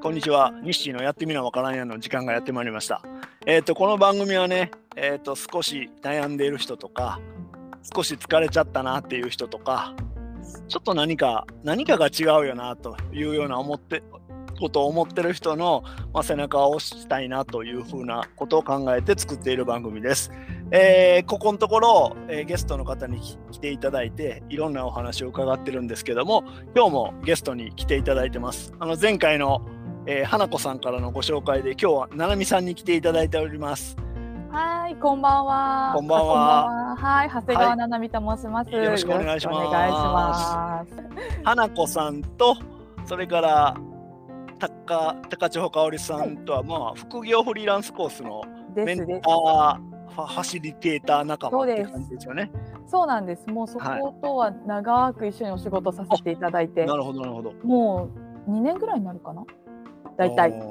こんにちは。ニッシーのやってみなわからんやの時間がやってまいりました。この番組はね、少し悩んでいる人とか、少し疲れちゃったなっていう人とか、ちょっと何かが違うよなというようなことを思ってる人の、背中を押したいなというふうなことを考えて作っている番組です。ここのところ、ゲストの方に来ていただいていろんなお話を伺ってるんですけども、今日もゲストに来ていただいてます。前回の花子さんからのご紹介で今日はななみさんに来ていただいております。 はい、こんばんは。 こんばんは。 はい、長谷川ななみと申します。 よろしくお願いします。花子さんとそれから高千穂香織さんとは、副業フリーランスコースのメンターファシリテーター仲間って感じですよね。 そうなんです。もうそことは長く一緒にお仕事させていただいて、 なるほどなるほど。 もう2年ぐらいになるかな。だいたい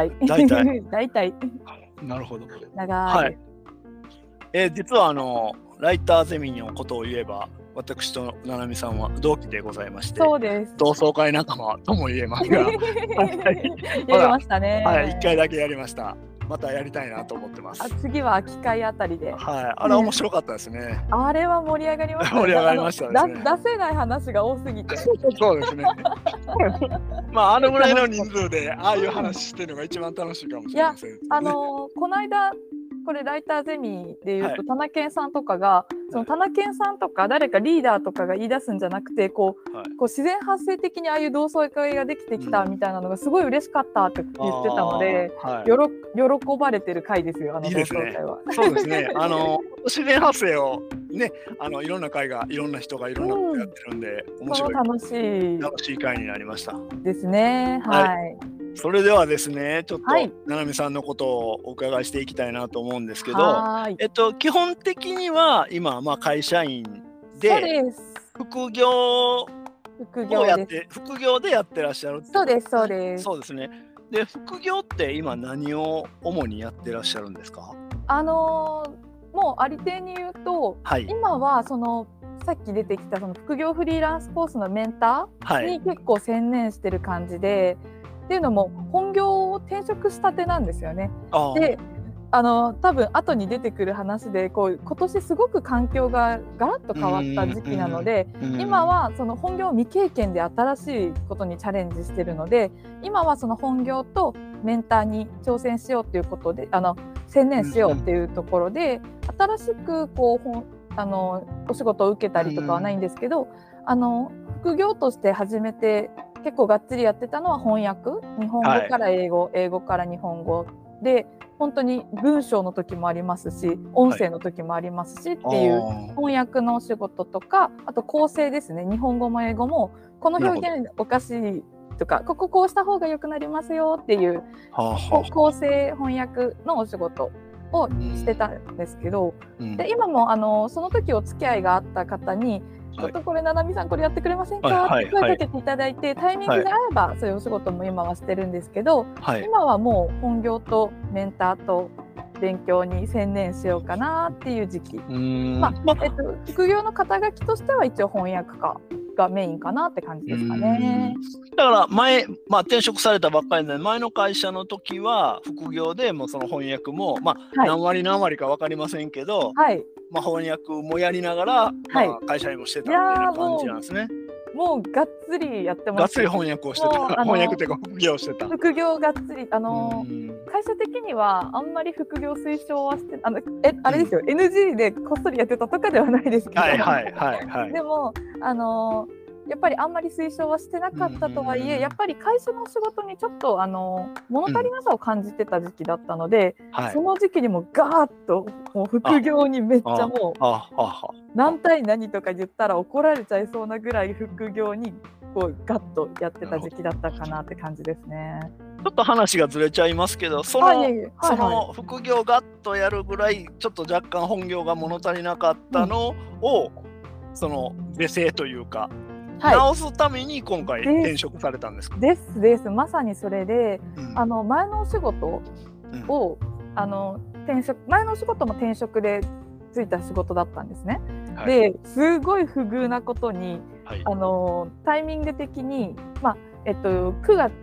なるほど。 長い。 実はライターゼミのことを言えば、私とななみさんは同期でございまして、 そうです。 同窓会仲間とも言えますが、 やりましたね。 はい、1回だけやりました。またやりたいなと思ってます。 次は秋会あたりで。 はい、あれ面白かったですね。 あれは盛り上がりましたね。 盛り上がりましたね。 出せない話が多すぎて。 そうですね。あのぐらいの人数でああいう話してるのが一番楽しいかもしれません。 いや、この間これライターゼミでいうと、田中健さんとかが、その田中健さんとか誰かリーダーとかが言い出すんじゃなくて、こう自然発生的にああいう同窓会ができてきたみたいなのがすごい嬉しかったって言ってたので、喜ばれてる回ですよ、同窓会は。 そうですね。自然発生をね、いろんな会がいろんな人がいろんなことやってるんで、面白い楽しい会になりました。 ですね。はい。 それではですね、ちょっとななみさんのことをお伺いしていきたいなと思うんですけど、基本的には今会社員で副業でやってらっしゃる。 そうですそうです。 そうですね。で、副業って今何を主にやってらっしゃるんですか？ もうありていに言うと、今はそのさっき出てきたその副業フリーランスコースのメンターに結構専念してる感じで。っていうのも本業を転職したてなんですよね。で、多分後に出てくる話で今年すごく環境がガラッと変わった時期なので、今はその本業未経験で新しいことにチャレンジしてるので、今はその本業とメンターに挑戦しようということで専念しようっていうところで、新しくお仕事を受けたりとかはないんですけど、副業として始めて結構がっつりやってたのは翻訳、日本語から英語、英語から日本語で、本当に文章の時もありますし、音声の時もありますしっていう翻訳のお仕事とか、あと構成ですね。日本語も英語もこの表現おかしいとか、こうした方が良くなりますよっていう構成翻訳のお仕事をしてたんですけど、で今もその時お付き合いがあった方にちょっとこれななみさんこれやってくれませんかって声かけていただいて、タイミングであればそういうお仕事も今はしてるんですけど、今はもう本業とメンターと勉強に専念しようかなっていう時期。副業の肩書きとしては一応翻訳家がメインかなって感じですかね。 だから転職されたばっかりで、前の会社の時は副業でもその翻訳も何割何割か分かりませんけど、翻訳もやりながら、会社員もしてたみたいな感じなんですね。 もうがっつりやってます。 がっつり翻訳をしてた。翻訳っていうか副業をしてた。 副業がっつり会社的にはあんまり副業推奨はしてあれですよ、NG でこっそりやってたとかではないですけど、でもやっぱりあんまり推奨はしてなかったとはいえ、やっぱり会社の仕事にちょっと物足りなさを感じてた時期だったので、その時期にもガーッともう副業にめっちゃもう何対何とか言ったら怒られちゃいそうなぐらい副業にガッとやってた時期だったかなって感じですね。 ちょっと話がずれちゃいますけど、その副業ガッとやるぐらいちょっと若干本業が物足りなかったのを、その是正というか直すために今回転職されたんですか？ ですまさにそれで、前のお仕事を、前のお仕事も転職でついた仕事だったんですね。ですごい不遇なことに、タイミング的に、9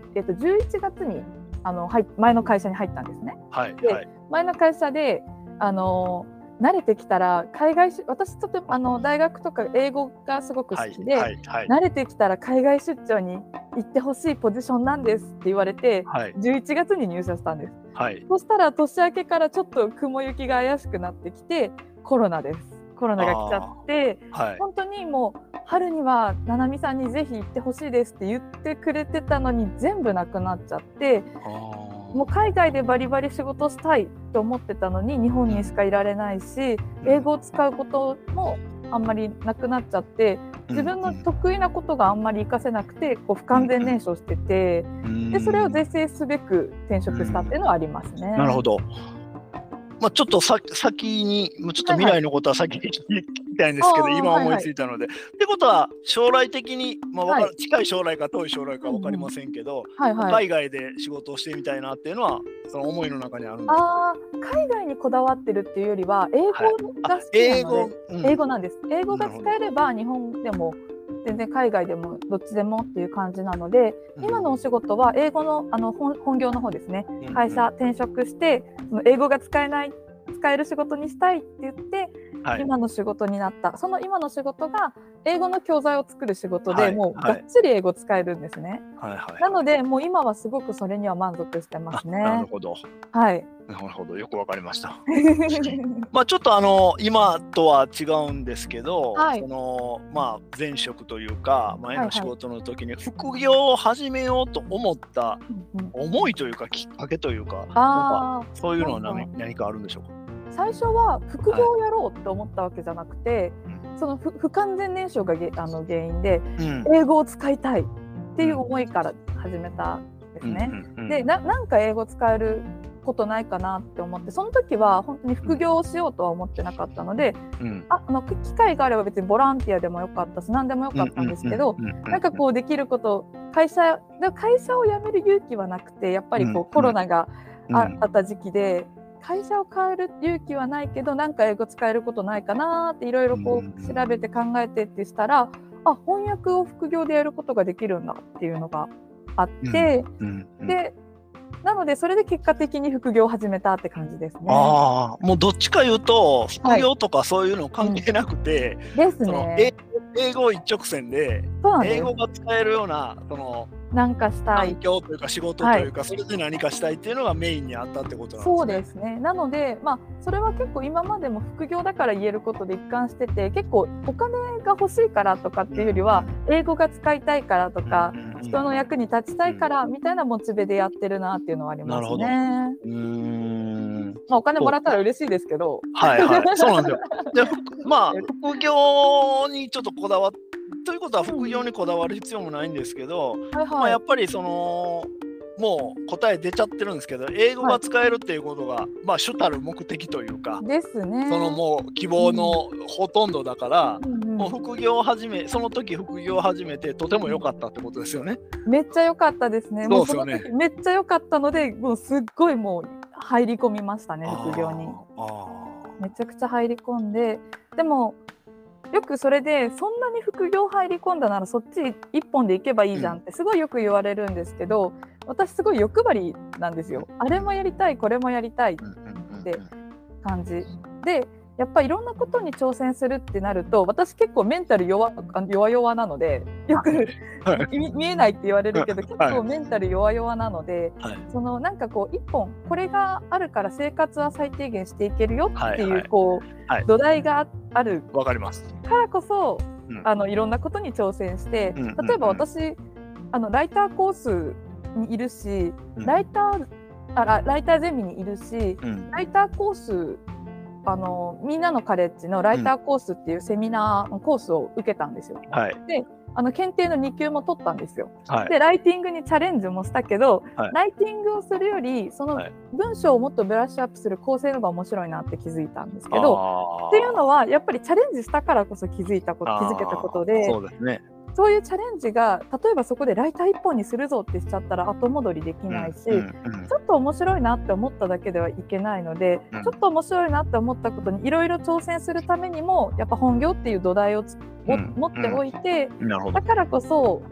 11月に前の会社に入ったんですね。で前の会社で慣れてきたら私とても大学とか英語がすごく好きで、慣れてきたら海外出張に行ってほしいポジションなんですって言われて、11月に入社したんです。そしたら年明けからちょっと雲行きが怪しくなってきてコロナです。コロナが来ちゃって、本当にもう春にはななみさんにぜひ行ってほしいですって言ってくれてたのに全部なくなっちゃって、もう海外でバリバリ仕事したいと思ってたのに日本にしかいられないし、英語を使うこともあんまりなくなっちゃって、自分の得意なことがあんまり活かせなくて不完全燃焼してて、でそれを是正すべく転職したっていうのはありますね。 なるほど。ちょっと先にちょっと未来のことは先に聞きたいんですけど、今思いついたので、ってことは将来的に、近い将来か遠い将来か分かりませんけど、海外で仕事をしてみたいなっていうのはその思いの中にあるんですか？ 海外にこだわってるっていうよりは英語が好きなので、英語なんです。英語が使えれば日本でも全然海外でもどっちでもっていう感じなので、今のお仕事は英語の本業の方ですね。会社転職して英語が使える仕事にしたいって言って、今の仕事になった。その今の仕事が英語の教材を作る仕事で、もうがっつり英語使えるんですね。なのでもう今はすごくそれには満足してますね。 なるほど。なるほど、よくわかりました。ちょっと今とは違うんですけど、前職というか前の仕事の時に副業を始めようと思った思いというかきっかけというか、そういうのは何かあるんでしょうか？ 最初は副業をやろうと思ったわけじゃなくて、その不完全燃焼が原因で、英語を使いたいっていう思いから始めたんですね。でなんか英語使えることないかなって思って、その時は本当に副業をしようとは思ってなかったので、機会があれば別にボランティアでもよかったし何でもよかったんですけど、なんかできること会社を辞める勇気はなくて、やっぱりコロナがあった時期で会社を変える勇気はないけど、なんか英語使えることないかなっていろいろ調べて考えてってしたら、翻訳を副業でやることができるんだっていうのがあって、でなのでそれで結果的に副業を始めたって感じですね。 もうどっちかいうと副業とかそういうの関係なくて、 ですね。 英語一直線で英語が使えるようななんかしたい環境というか仕事というか、それで何かしたいっていうのがメインにあったってことなんですね。 そうですね。なのでそれは結構今までも副業だから言えることで一貫してて、結構お金が欲しいからとかっていうよりは、英語が使いたいからとか、人の役に立ちたいからみたいなモチベでやってるなっていうのはありますね。お金もらったら嬉しいですけど。 そうなんですよ。で副業にちょっとこだわって、ということは副業にこだわる必要もないんですけど、やっぱりもう答え出ちゃってるんですけど、英語が使えるっていうことが、主たる目的というかですね。 もう希望のほとんどだから、もうその時副業を始めてとても良かったってことですよね。 めっちゃ良かったですね。もうその時めっちゃ良かったので、もうすっごいもう入り込みましたね、副業に。めちゃくちゃ入り込んで、でもよくそれでそんなに副業入り込んだならそっち一本で行けばいいじゃんってすごいよく言われるんですけど、私すごい欲張りなんですよ。あれもやりたいこれもやりたいって感じで、やっぱりいろんなことに挑戦するってなると、私結構メンタル弱々なので、よく見えないって言われるけど、結構メンタル弱々なので、なんか一本これがあるから生活は最低限していけるよっていう土台があるからこそ、いろんなことに挑戦して、例えば私ライターコースにいるし、ライターゼミにいるし、ライターコースみんなのカレッジのライターコースっていうセミナーコースを受けたんですよ。で検定の2級も取ったんですよ。でライティングにチャレンジもしたけど、ライティングをするよりその文章をもっとブラッシュアップする構成のが面白いなって気づいたんですけど、っていうのはやっぱりチャレンジしたからこそ気づけたことで、そういうチャレンジが例えばそこでライター1本にするぞってしちゃったら後戻りできないし、ちょっと面白いなって思っただけではいけないので、ちょっと面白いなって思ったことにいろいろ挑戦するためにもやっぱ本業っていう土台を持っておいて、だからこそ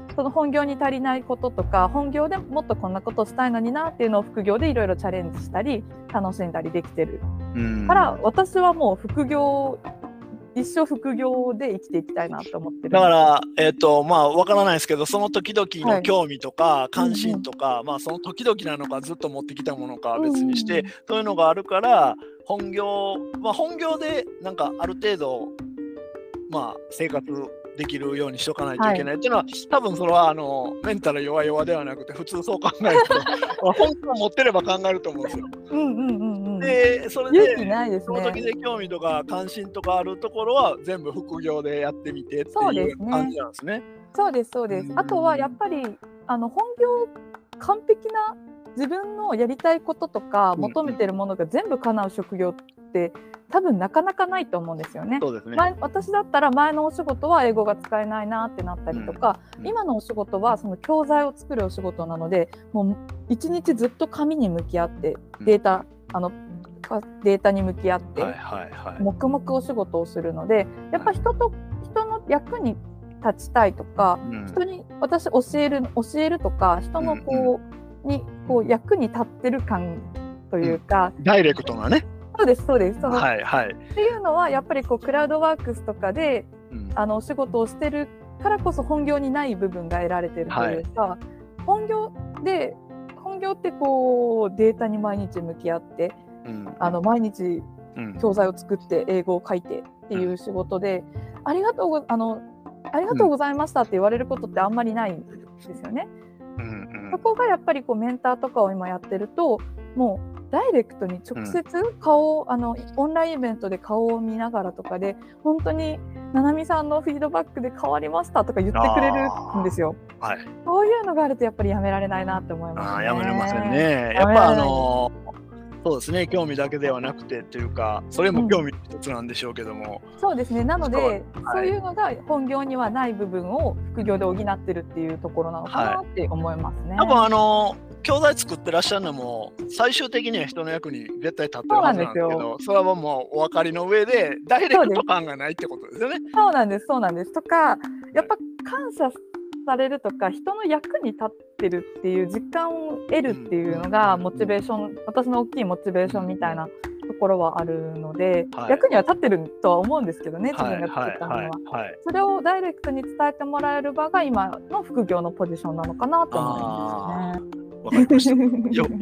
その本業に足りないこととか、本業でもっとこんなことをしたいのになっていうのを副業でいろいろチャレンジしたり楽しんだりできてるから、私はもう一生副業で生きていきたいなと思ってる。 だからまあわからないですけど、その時々の興味とか関心とか、まあその時々なのかずっと持ってきたものかは別にして、そういうのがあるから本業でなんかある程度まあ生活できるようにしとかないといけないっていうのは、多分それはメンタル弱々ではなくて普通そう考えると本当は持ってれば考えると思うんですよ。でそれで勇気ないですね。 その時で興味とか関心とかあるところは全部副業でやってみてっていう感じなんですね。 そうですそうです。あとはやっぱり本業完璧な自分のやりたいこととか求めてるものが全部叶う職業って多分なかなかないと思うんですよね。 そうですね。 私だったら前のお仕事は英語が使えないなってなったりとか、今のお仕事はその教材を作るお仕事なので、もう一日ずっと紙に向き合ってデータに向き合って黙々お仕事をするので、やっぱ人の役に立ちたいとか、人に私教えるとか、人のに役に立ってる感というか、 ダイレクトなね。 そうですっていうのはやっぱりクラウドワークスとかで、お仕事をしてるからこそ本業にない部分が得られてるというか、本業ってデータに毎日向き合って、毎日教材を作って英語を書いてっていう仕事で、ありがとうございましたって言われることってあんまりないんですよね。そこがやっぱりメンターとかを今やってると、もうダイレクトに直接オンラインイベントで顔を見ながらとかで、本当にななみさんのフィードバックで変わりましたとか言ってくれるんですよ。そういうのがあるとやっぱりやめられないなって思いますね。 やめれませんね。やっぱそうですね、興味だけではなくてというか、それも興味一つなんでしょうけども、 そうですね。なので、そういうのが本業にはない部分を副業で補ってるっていうところなのかなって思いますね。 多分教材作ってらっしゃるのも最終的には人の役に絶対立ってるはずなんですけど、それはもうお分かりの上でダイレクト感がないってことですよね。 そうなんですとか、やっぱ感謝されるとか、人の役に立ってるっていう実感を得るっていうのがモチベーション、私の大きいモチベーションみたいなところはあるので、役には立ってるとは思うんですけどね、自分が作ったものは。それをダイレクトに伝えてもらえる場が今の副業のポジションなのかなと思いますね。 わかりました。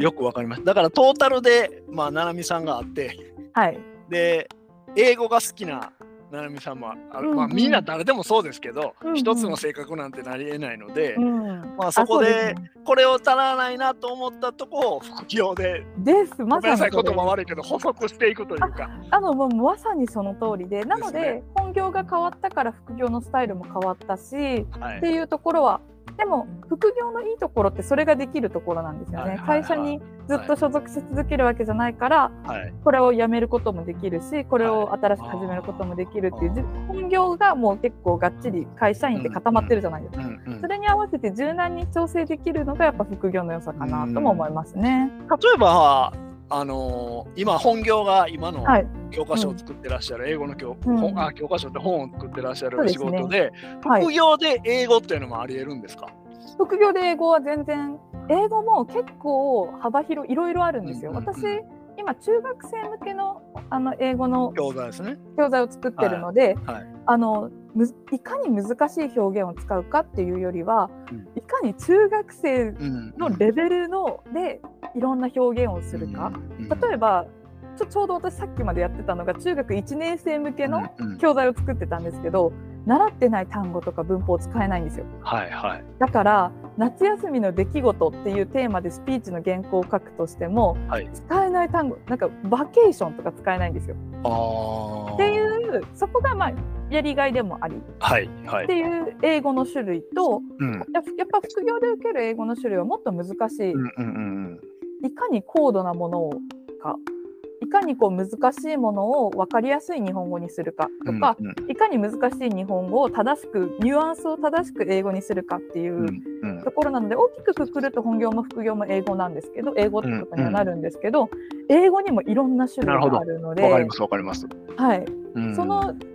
よくわかりました。だからトータルでななみさんがあって、で英語が好きなななみさんもみんな誰でもそうですけど、一つの性格なんてなりえないので、そこでこれを足らないなと思ったとこを副業で、ごめんなさい、言葉悪いけど補足していくというか、 もうまさにその通りで、なので本業が変わったから副業のスタイルも変わったし、っていうところは。でも副業のいいところってそれができるところなんですよね。会社にずっと所属し続けるわけじゃないから、これをやめることもできるし、これを新しく始めることもできるっていう、本業がもう結構がっちり会社員って固まってるじゃないですか。それに合わせて柔軟に調整できるのがやっぱ副業の良さかなとも思いますね。 例えば今本業が今の教科書を作ってらっしゃる、英語の教科書って本を作ってらっしゃる仕事で、副業で英語っていうのもありえるんですか？ 副業で英語は全然、英語も結構幅広いろいろあるんですよ。私今中学生向けの英語の教材ですね。教材を作ってるので、いかに難しい表現を使うかっていうよりは、いかに中学生のレベルでいろんな表現をするか。例えばちょうど私さっきまでやってたのが中学1年生向けの教材を作ってたんですけど、習ってない単語とか文法を使えないんですよ。だから夏休みの出来事っていうテーマでスピーチの原稿を書くとしても、使えない単語、なんかバケーションとか使えないんですよ。っていう、そこがやりがいでもあり、っていう英語の種類と、やっぱ副業で受ける英語の種類はもっと難しい、いかに高度なものか、いかに難しいものを分かりやすい日本語にするかとか、いかに難しい日本語を正しくニュアンスを正しく英語にするかっていうところなので、大きくくくると本業も副業も英語なんですけど、英語ってことにはなるんですけど、英語にもいろんな種類があるので、 わかります。 その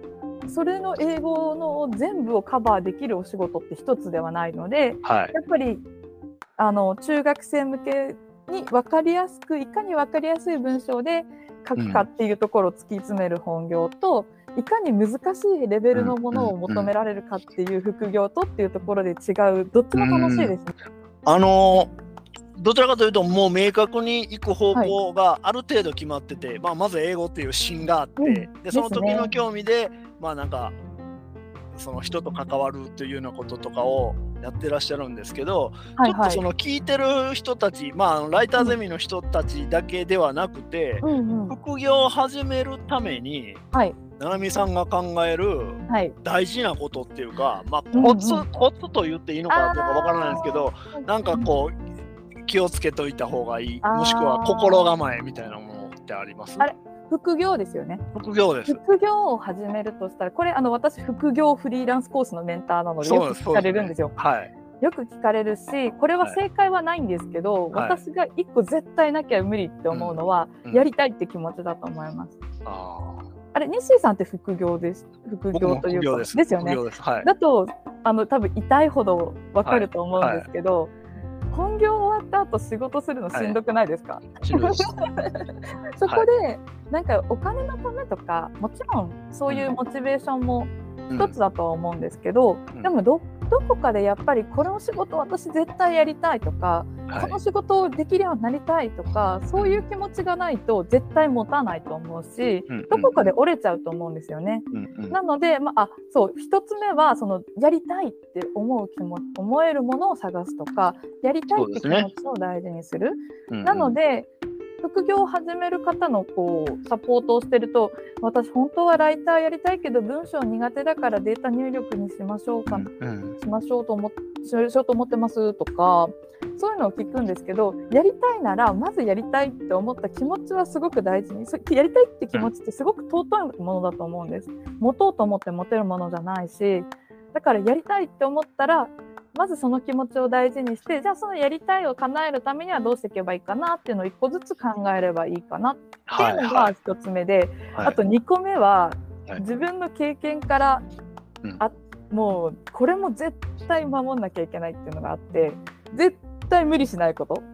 それの英語の全部をカバーできるお仕事って一つではないので、やっぱり中学生向けに分かりやすく、いかに分かりやすい文章で書くかっていうところを突き詰める本業と、いかに難しいレベルのものを求められるかっていう副業とっていうところで違う、どっちも楽しいですね。 どちらかというともう明確に行く方向がある程度決まってて、まず英語っていう芯があって、でその時の興味でなんかその人と関わるというようなこととかをやってらっしゃるんですけど、ちょっとその聞いてる人たち、ライターゼミの人たちだけではなくて、副業を始めるために、ななみさんが考える大事なことっていうか、コツと言っていいのかどうかわからないんですけど、なんかこう気をつけといた方がいい、もしくは心構えみたいなものってあります？ 副業ですよね。 副業です。 副業を始めるとしたら、これ私副業フリーランスコースのメンターなのでよく聞かれるんですよ。よく聞かれるし、これは正解はないんですけど、私が一個絶対なきゃ無理って思うのは、やりたいって気持ちだと思います。あれ、西井さんって副業です。副業というかですよね。だと多分痛いほどわかると思うんですけど、本業終わった後仕事するのしんどくないですか？ しんどいです。 そこでなんかお金のためとか、もちろんそういうモチベーションも一つだとは思うんですけど、でもどこかでやっぱりこの仕事私絶対やりたいとか、この仕事をできるようになりたいとか、そういう気持ちがないと絶対持たないと思うし、どこかで折れちゃうと思うんですよね。なので、そう一つ目はそのやりたいって思えるものを探すとか、やりたいって気持ちを大事にする。なので副業を始める方のサポートをしてると、私本当はライターやりたいけど文章苦手だからデータ入力にしましょうと思ってますとか、そういうのを聞くんですけど、やりたいならまずやりたいって思った気持ちはすごく大事に、やりたいって気持ちってすごく尊いものだと思うんです。持とうと思って持てるものじゃないし、だからやりたいって思ったらまずその気持ちを大事にして、じゃあそのやりたいを叶えるためにはどうしていけばいいかなっていうのを一個ずつ考えればいいかなっていうのが一つ目で、あと2個目は自分の経験から、もうこれも絶対守んなきゃいけないっていうのがあって、絶対無理しないこと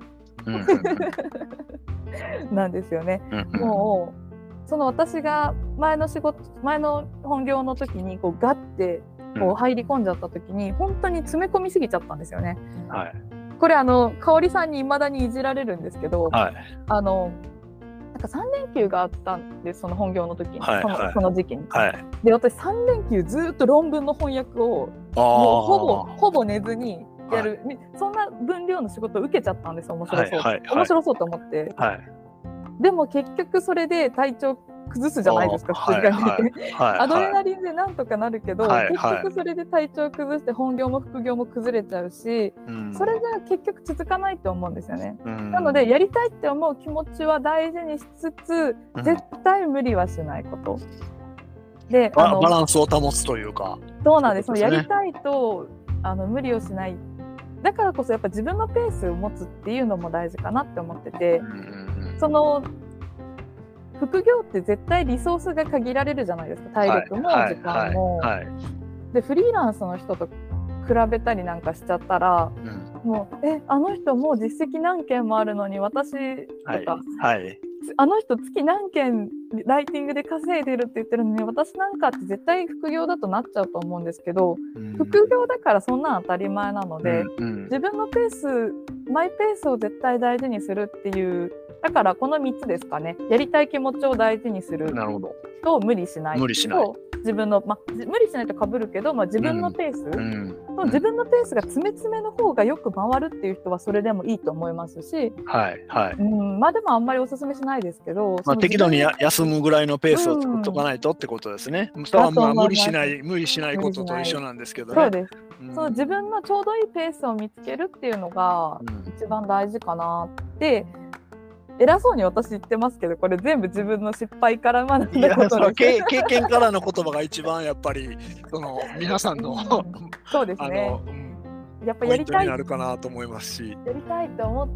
なんですよね。もうその私が前の本業の時にガッて入り込んじゃった時に本当に詰め込みすぎちゃったんですよね。これ香織さんに未だにいじられるんですけど、なんか3連休があったんです、その本業の時に、その時期に。で私3連休ずっと論文の翻訳をもうほぼ寝ずにやる、そんな分量の仕事を受けちゃったんですよ。面白そうと思って、でも結局それで体調崩すじゃないですか、普通に考えて。アドレナリンでなんとかなるけど、結局それで体調崩して本業も副業も崩れちゃうし、それじゃ結局続かないと思うんですよね。なのでやりたいって思う気持ちは大事にしつつ、絶対無理はしないことで、 バランスを保つというか。 そうなんです。やりたいと無理をしない、だからこそやっぱ自分のペースを持つっていうのも大事かなって思ってて、その副業って絶対リソースが限られるじゃないですか、体力も時間も。でフリーランスの人と比べたりなんかしちゃったら、もうあの人もう実績何件もあるのに私とか、あの人月何件ライティングで稼いでるって言ってるのに私なんかって絶対副業だとなっちゃうと思うんですけど、副業だからそんな当たり前なので、自分のペース、マイペースを絶対大事にするっていう、だからこの3つですかね。やりたい気持ちを大事にすると無理しないと、自分の、無理しないとかぶるけど、自分のペース、自分のペースが詰め詰めの方がよく回るっていう人はそれでもいいと思いますし、でもあんまりおすすめしないですけど、 適度に休むぐらいのペースを作っとかないとってことですね。それは無理しないことと一緒なんですけどね。 そうです。その自分のちょうどいいペースを見つけるっていうのが一番大事かなって偉そうに私言ってますけど、これ全部自分の失敗から学んだことの経験からの言葉が一番やっぱりその皆さんのそうですね。やっぱやりたいポイントになるかなと思いますし、 やりたいと思っ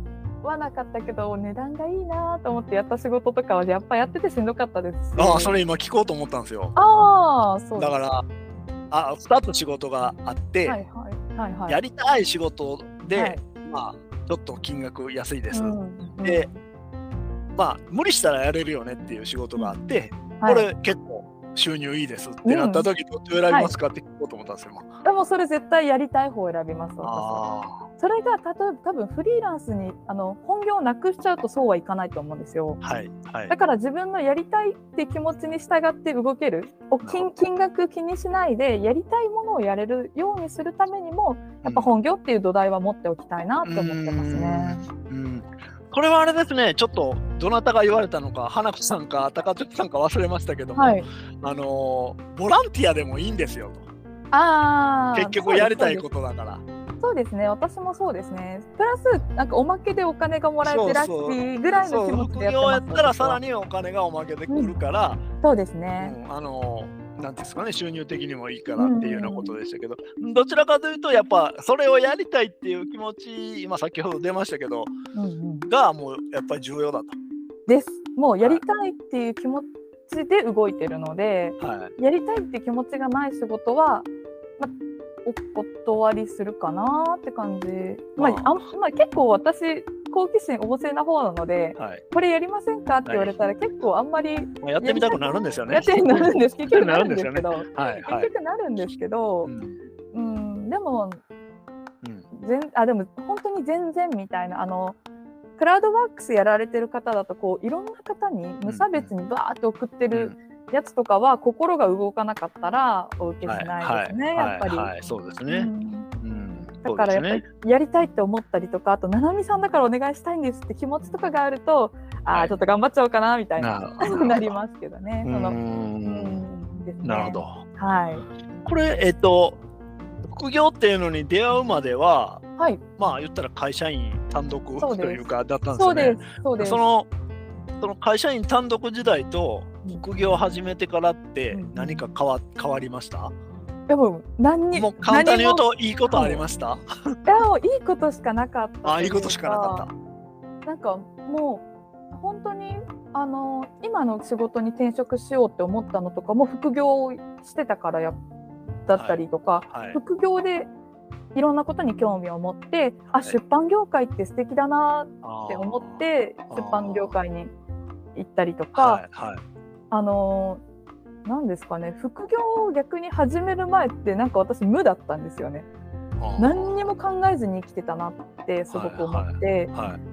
わなかったけど値段がいいなと思ってやった仕事とかはやっぱやっててしんどかったですし。 それ今聞こうと思ったんですよ。 そうだから2つ仕事があって、やりたい仕事で、ちょっと金額安いです、で無理したらやれるよねっていう仕事があって、これ結構収入いいですってなった時、どっちを選びますかって聞こうと思ったんですよ。 でもそれ絶対やりたい方を選びます、私は。それが多分フリーランスに本業をなくしちゃうとそうはいかないと思うんですよ。だから自分のやりたいって気持ちに従って動ける、金額気にしないでやりたいものをやれるようにするためにもやっぱ本業っていう土台は持っておきたいなって思ってますね。 これはあれですね、ちょっとどなたが言われたのか、花子さんか高津さんか忘れましたけども、ボランティアでもいいんですよと。結局やりたいことだから。 そうですね、私もそうですね。プラスなんかおまけでお金がもらえてラッキーぐらいの気持ちでやってます。副業やったらさらにお金がおまけで来るから、 そうですね。 なんですかね、収入的にもいいからっていうようなことでしたけど、どちらかというとやっぱそれをやりたいっていう気持ち、先ほど出ましたけど、がもうやっぱり重要だと。 です。もうやりたいっていう気持ちで動いてるので、やりたいって気持ちがない仕事は、お断りするかなって感じ。結構私好奇心旺盛な方なので、これやりませんかって言われたら結構あんまりやってみたくなるんですよね。 結局なるんですけど、でもでも本当に全然みたいなクラウドワークスやられてる方だといろんな方に無差別にバーって送ってるやつとかは心が動かなかったらお受けしないですね、やっぱり。 そうですね。 だからやっぱりやりたいって思ったりとか、あとななみさんだからお願いしたいんですって気持ちとかがあると、ちょっと頑張っちゃおうかなみたいななりますけどね。 なるほど。これ副業っていうのに出会うまでは、言ったら会社員単独というかだったんですよね。その会社員単独時代と副業を始めてからって何か変わりました？ でももう簡単に言うといいことありました？ いや、もういいことしかなかった。 いいことしかなかった。 なんかもう本当に今の仕事に転職しようって思ったのとかも副業をしてたからだったりとか、副業でいろんなことに興味を持って、出版業界って素敵だなって思って出版業界に行ったりとか、なんですかね、副業を逆に始める前ってなんか私無だったんですよね。何にも考えずに生きてたなってすごく思って、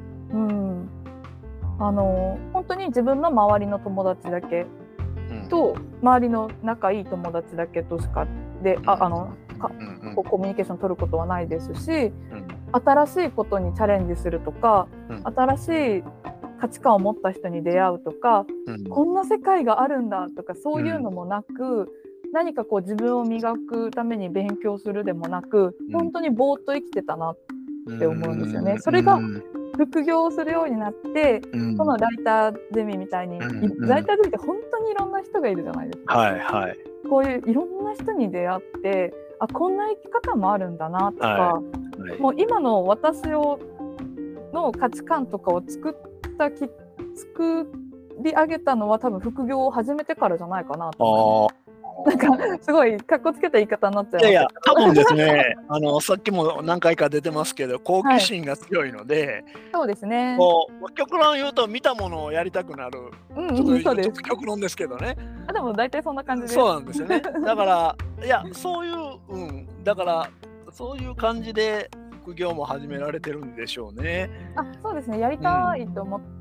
本当に自分の周りの友達だけと、周りの仲いい友達だけとしかでコミュニケーション取ることはないですし、新しいことにチャレンジするとか、新しい価値観を持った人に出会うとか、こんな世界があるんだとかそういうのもなく、何か自分を磨くために勉強するでもなく、本当にぼーっと生きてたなって思うんですよね。それが副業をするようになって、このライターゼミみたいに、ライターゼミって本当にいろんな人がいるじゃないですか。こういういろんな人に出会って、こんな生き方もあるんだなとか、もう今の私の価値観とかを作り上げたのは多分副業を始めてからじゃないかなと思います。なんかすごいかっこつけた言い方になっちゃいますけど。 いや多分ですねさっきも何回か出てますけど好奇心が強いので、 そうですね、 極論言うと見たものをやりたくなる、ちょっと極論ですけどね。 でも大体そんな感じです。 そうなんですよね。だからそういう、だからそういう感じで副業も始められてるんでしょうね。 そうですね、やりたいと思って、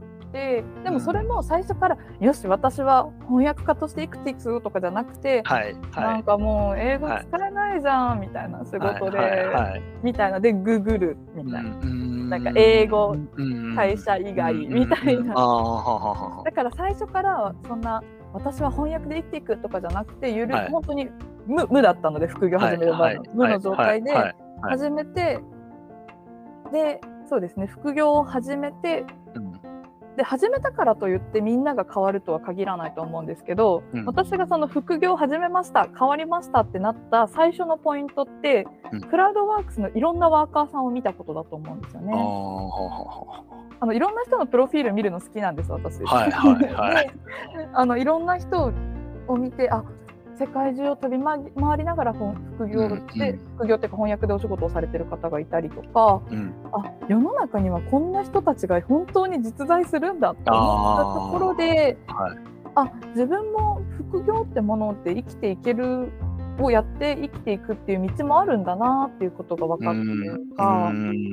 でもそれも最初から、よし私は翻訳家として生きていくとかじゃなくて、なんかもう英語使えないじゃんみたいな仕事で、みたいなでググるみたいな、なんか英語会社以外みたいな、だから最初からそんな私は翻訳で生きていくとかじゃなくて、本当に無だったので、副業始める場合の無の状態で始めて、でそうですね、副業を始めて、 で始めたからといってみんなが変わるとは限らないと思うんですけど、私がその副業を始めました変わりましたってなった最初のポイントって、クラウドワークスのいろんなワーカーさんを見たことだと思うんですよね。いろんな人のプロフィール見るの好きなんです私。いろんな人を見て、世界中を飛び回りながら副業っていうか翻訳でお仕事をされてる方がいたりとか、世の中にはこんな人たちが本当に実在するんだと思ったところで、自分も副業ってものって生きていけるをやって生きていくっていう道もあるんだなっていうことが分かったというか。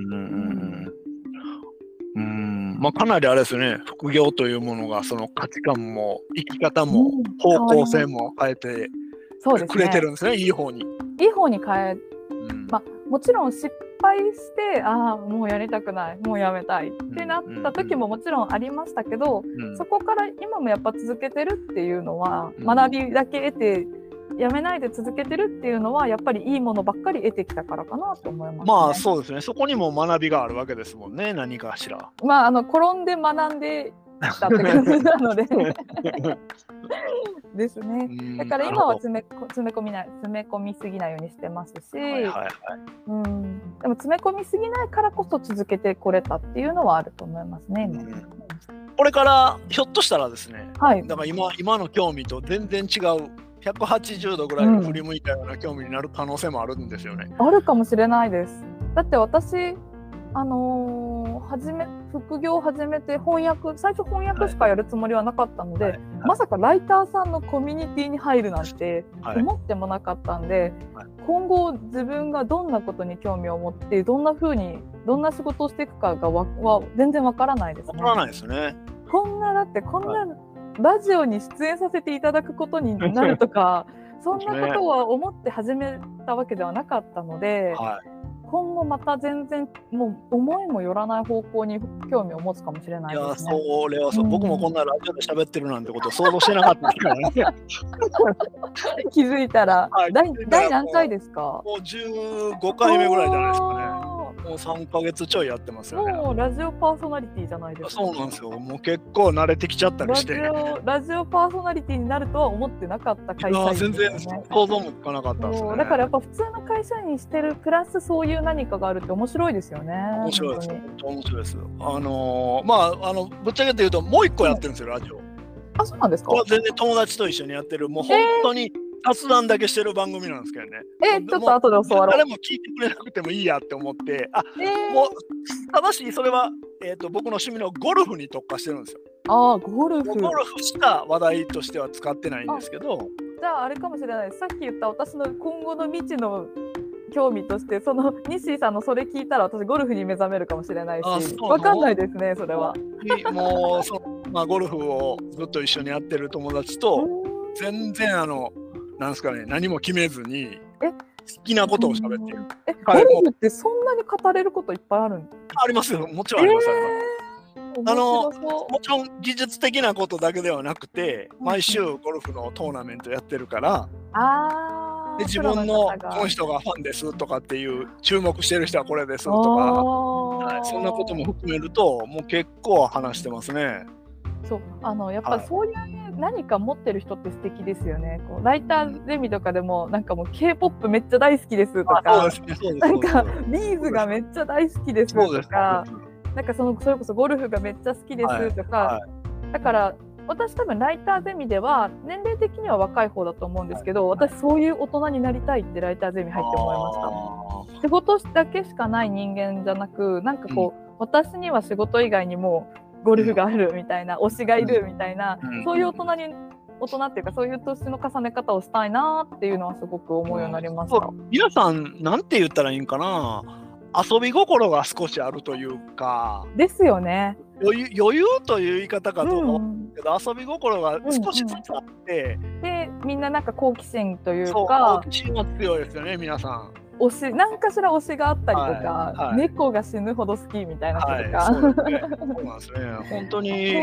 かなりあれですね、副業というものがその価値観も生き方も方向性も変えてくれてるんですね、いい方に。 いい方に変え、もちろん失敗してもうやりたくないもうやめたいってなった時ももちろんありましたけど、そこから今もやっぱ続けてるっていうのは、学びだけ得てやめないで続けてるっていうのはやっぱりいいものばっかり得てきたからかなと思います、 そうですね。そこにも学びがあるわけですもんね、何かしら。 転んで学んできたって感じなのでですね。だから今は詰め込みすぎないようにしてますし、でも詰め込みすぎないからこそ続けてこれたっていうのはあると思いますね。 これからひょっとしたらですね、だから今の興味と全然違う180度ぐらいの振り向いたような興味になる可能性もあるんですよね。 あるかもしれないです。だって私副業を始めて最初翻訳しかやるつもりはなかったので、まさかライターさんのコミュニティに入るなんて思ってもなかったんで、今後自分がどんなことに興味を持ってどんな仕事をしていくかが全然わからないですね。 わからないですね。 こんなラジオに出演させていただくことになるとかそんなことは思って始めたわけではなかったので、今後また全然もう思いもよらない方向に興味を持つかもしれないですね。 それはそう、僕もこんなラジオで喋ってるなんてことを想像してなかったですからね。 気づいたら、第何回ですか？ もう15回目ぐらいじゃないですかね。もう3ヶ月ちょいやってますよね。 もうラジオパーソナリティじゃないですか。 そうなんですよ。もう結構慣れてきちゃったりして。 ラジオパーソナリティになるとは思ってなかった会社員ですね。 全然想像もつかなかったですね。 だからやっぱ普通の会社員してるプラスそういう何かがあるって面白いですよね。 面白いです。面白いです。ぶっちゃけて言うともう一個やってるんですよ、ラジオ。 そうなんですか？ 全然友達と一緒にやってる、もう本当に雑談だけしてる番組なんですけどね。 ちょっと後で教わろう。 誰も聞いてくれなくてもいいやって思って、もうただしそれは僕の趣味のゴルフに特化してるんですよ。 ゴルフしか話題としては使ってないんですけど。 じゃああれかもしれないです。さっき言った私の今後の未知の興味として、その西井さんのそれ聞いたら私ゴルフに目覚めるかもしれないし、分かんないですね、それは。 もうゴルフをずっと一緒にやってる友達と全然なんですかね、何も決めずに好きなことを喋ってる。 ゴルフってそんなに語れることいっぱいあるんですか？ ありますよ、もちろんあります。もちろん技術的なことだけではなくて、毎週ゴルフのトーナメントやってるから、で自分のこの人がファンですとかっていう注目してる人はこれですとか、そんなことも含めるともう結構話してますね。 そうやっぱそういう何か持ってる人って素敵ですよね。ライターゼミとかでもなんかもう K-POP めっちゃ大好きですとか、なんかビーズがめっちゃ大好きですとか、なんかそれこそゴルフがめっちゃ好きですとか、だから私多分ライターゼミでは年齢的には若い方だと思うんですけど、私そういう大人になりたいってライターゼミ入って思いました。仕事だけしかない人間じゃなく、なんか私には仕事以外にもゴルフがあるみたいな、推しがいるみたいな、そういう大人っていうかそういう年の重ね方をしたいなっていうのはすごく思うようになりました。 皆さんなんて言ったらいいんかな、遊び心が少しあるというか。 ですよね。 余裕という言い方かと思うんですけど、遊び心が少しずつあって、 でみんななんか好奇心というか、 好奇心は強いですよね、皆さん。 何かしら推しがあったりとか、猫が死ぬほど好きみたいな人とか、 そうなんですね。本当に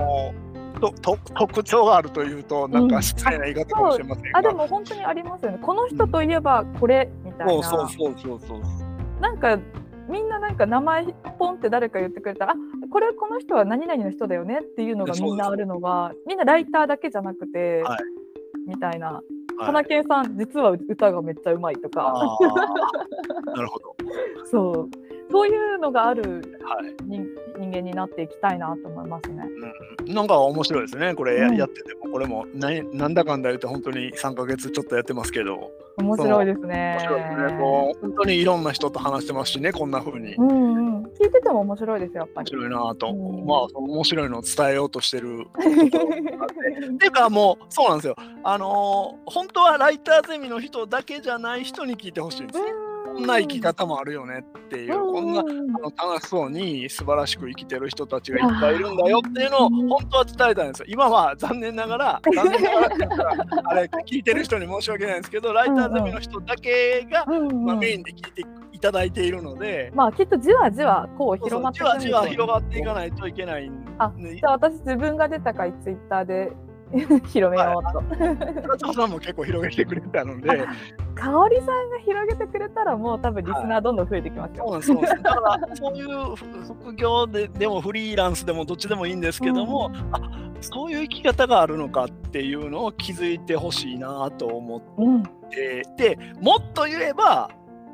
特徴があるというとなんか失礼な言い方かもしれませんが、 でも本当にありますよね。この人といえばこれみたいな。 そう。なんかみんななんか名前ポンって誰か言ってくれたら、この人は何々の人だよねっていうのがみんなあるのが、みんなライターだけじゃなくて、 はい、 みたいな。かなけんさん実は歌がめっちゃうまいとか。 なるほど。 そういうのがある人間になっていきたいなと思いますね。 なんか面白いですね。これやってても、これもなんだかんだ言って本当に3ヶ月ちょっとやってますけど。 面白いですね。 面白いですね。もう本当にいろんな人と話してますしね、こんな風に。 聞いてても面白いですよ、やっぱり。 面白いなと。まあ面白いのを伝えようとしてるところっていうか、もうそうなんですよ。本当はライターゼミの人だけじゃない人に聞いてほしいんですね。こんな生き方もあるよねっていう、こんな楽しそうに素晴らしく生きてる人たちがいっぱいいるんだよっていうのを本当は伝えたいんですよ。今は残念ながらって言ったらあれ聞いてる人に申し訳ないんですけど、ライターゼミの人だけがメインで聞いていただいているので、 きっとじわじわこう広まっていくんですよね。 じわじわ広がっていかないといけないんで。 じゃあ私自分が出た回ツイッターで広めようと。 加藤さんも結構広げてくれたので、 香織さんが広げてくれたらもう多分リスナーどんどん増えてきますよ。 そうなんです。だからそういう副業でもフリーランスでもどっちでもいいんですけども、そういう生き方があるのかっていうのを気づいてほしいなと思って、でもっと言えば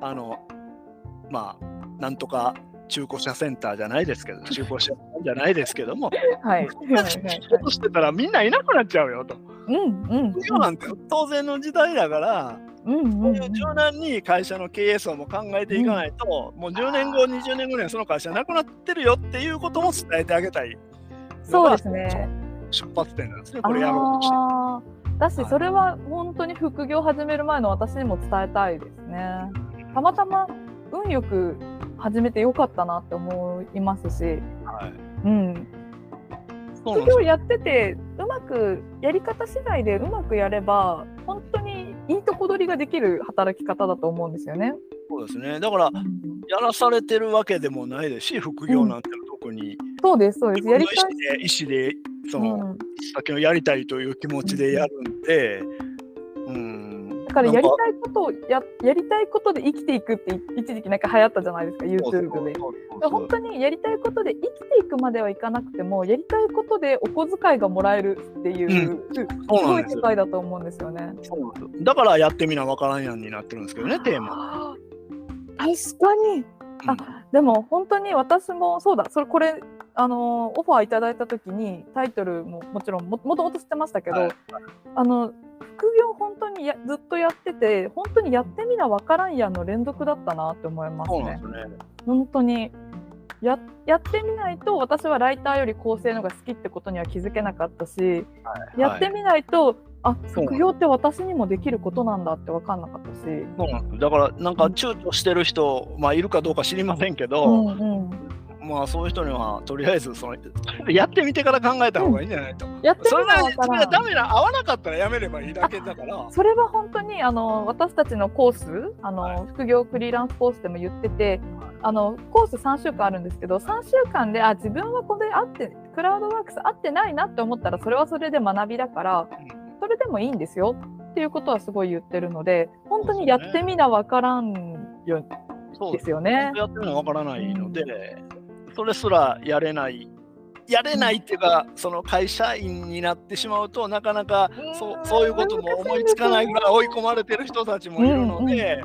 なんとか中古車センターじゃないですけど、中古車じゃないですけども、としてたらみんないなくなっちゃうよと。そうなんて当然の時代だから、そういう柔軟に会社の経営層も考えていかないと、もう10年後、20年後にはその会社なくなってるよっていうことも伝えてあげたい。 そうですね。 出発点なんですね、これやろうとして。 だし、それは本当に副業始める前の私にも伝えたいですね。たまたま運よく始めてよかったなって思いますし、副業やっててうまくやり方次第でうまくやれば本当にいいとこ取りができる働き方だと思うんですよね。 そうですね。だから、やらされてるわけでもないですし、副業なんて特に、 そうですやりたい意思でその、先のやりたいという気持ちでやるんで、だからやりたいことをやりたいことで生きていくって一時期なんか流行ったじゃないですか、 YouTube で。本当にやりたいことで生きていくまではいかなくても、やりたいことでお小遣いがもらえるっていう、すごい世界だと思うんですよね。 だからやってみなわからんやんになってるんですけどね、テーマ。 確かに。でも本当に私もそうだ、これオファーいただいた時にタイトルももちろんもともと知ってましたけど、副業本当にずっとやってて、本当にやってみなわからんやんの連続だったなって思いますね。本当にやってみないと、私はライターより構成のが好きってことには気づけなかったし、やってみないと副業って私にもできることなんだって分かんなかったし。 そうなんです。だからなんか躊躇してる人、いるかどうか知りませんけど、そういう人にはとりあえずやってみてから考えた方がいいんじゃないと。それがダメな、合わなかったらやめればいいだけだから。それは本当に私たちのコース、副業フリーランスコースでも言ってて、コース3週間あるんですけど、3週間で自分はこれクラウドワークス合ってないなって思ったら、それはそれで学びだから、それでもいいんですよっていうことはすごい言ってるので、本当にやってみなわからんよですよね。 やってみなわからないので、それすらやれないっていうか、その会社員になってしまうとなかなかそういうことも思いつかないぐらい追い込まれてる人たちもいるので、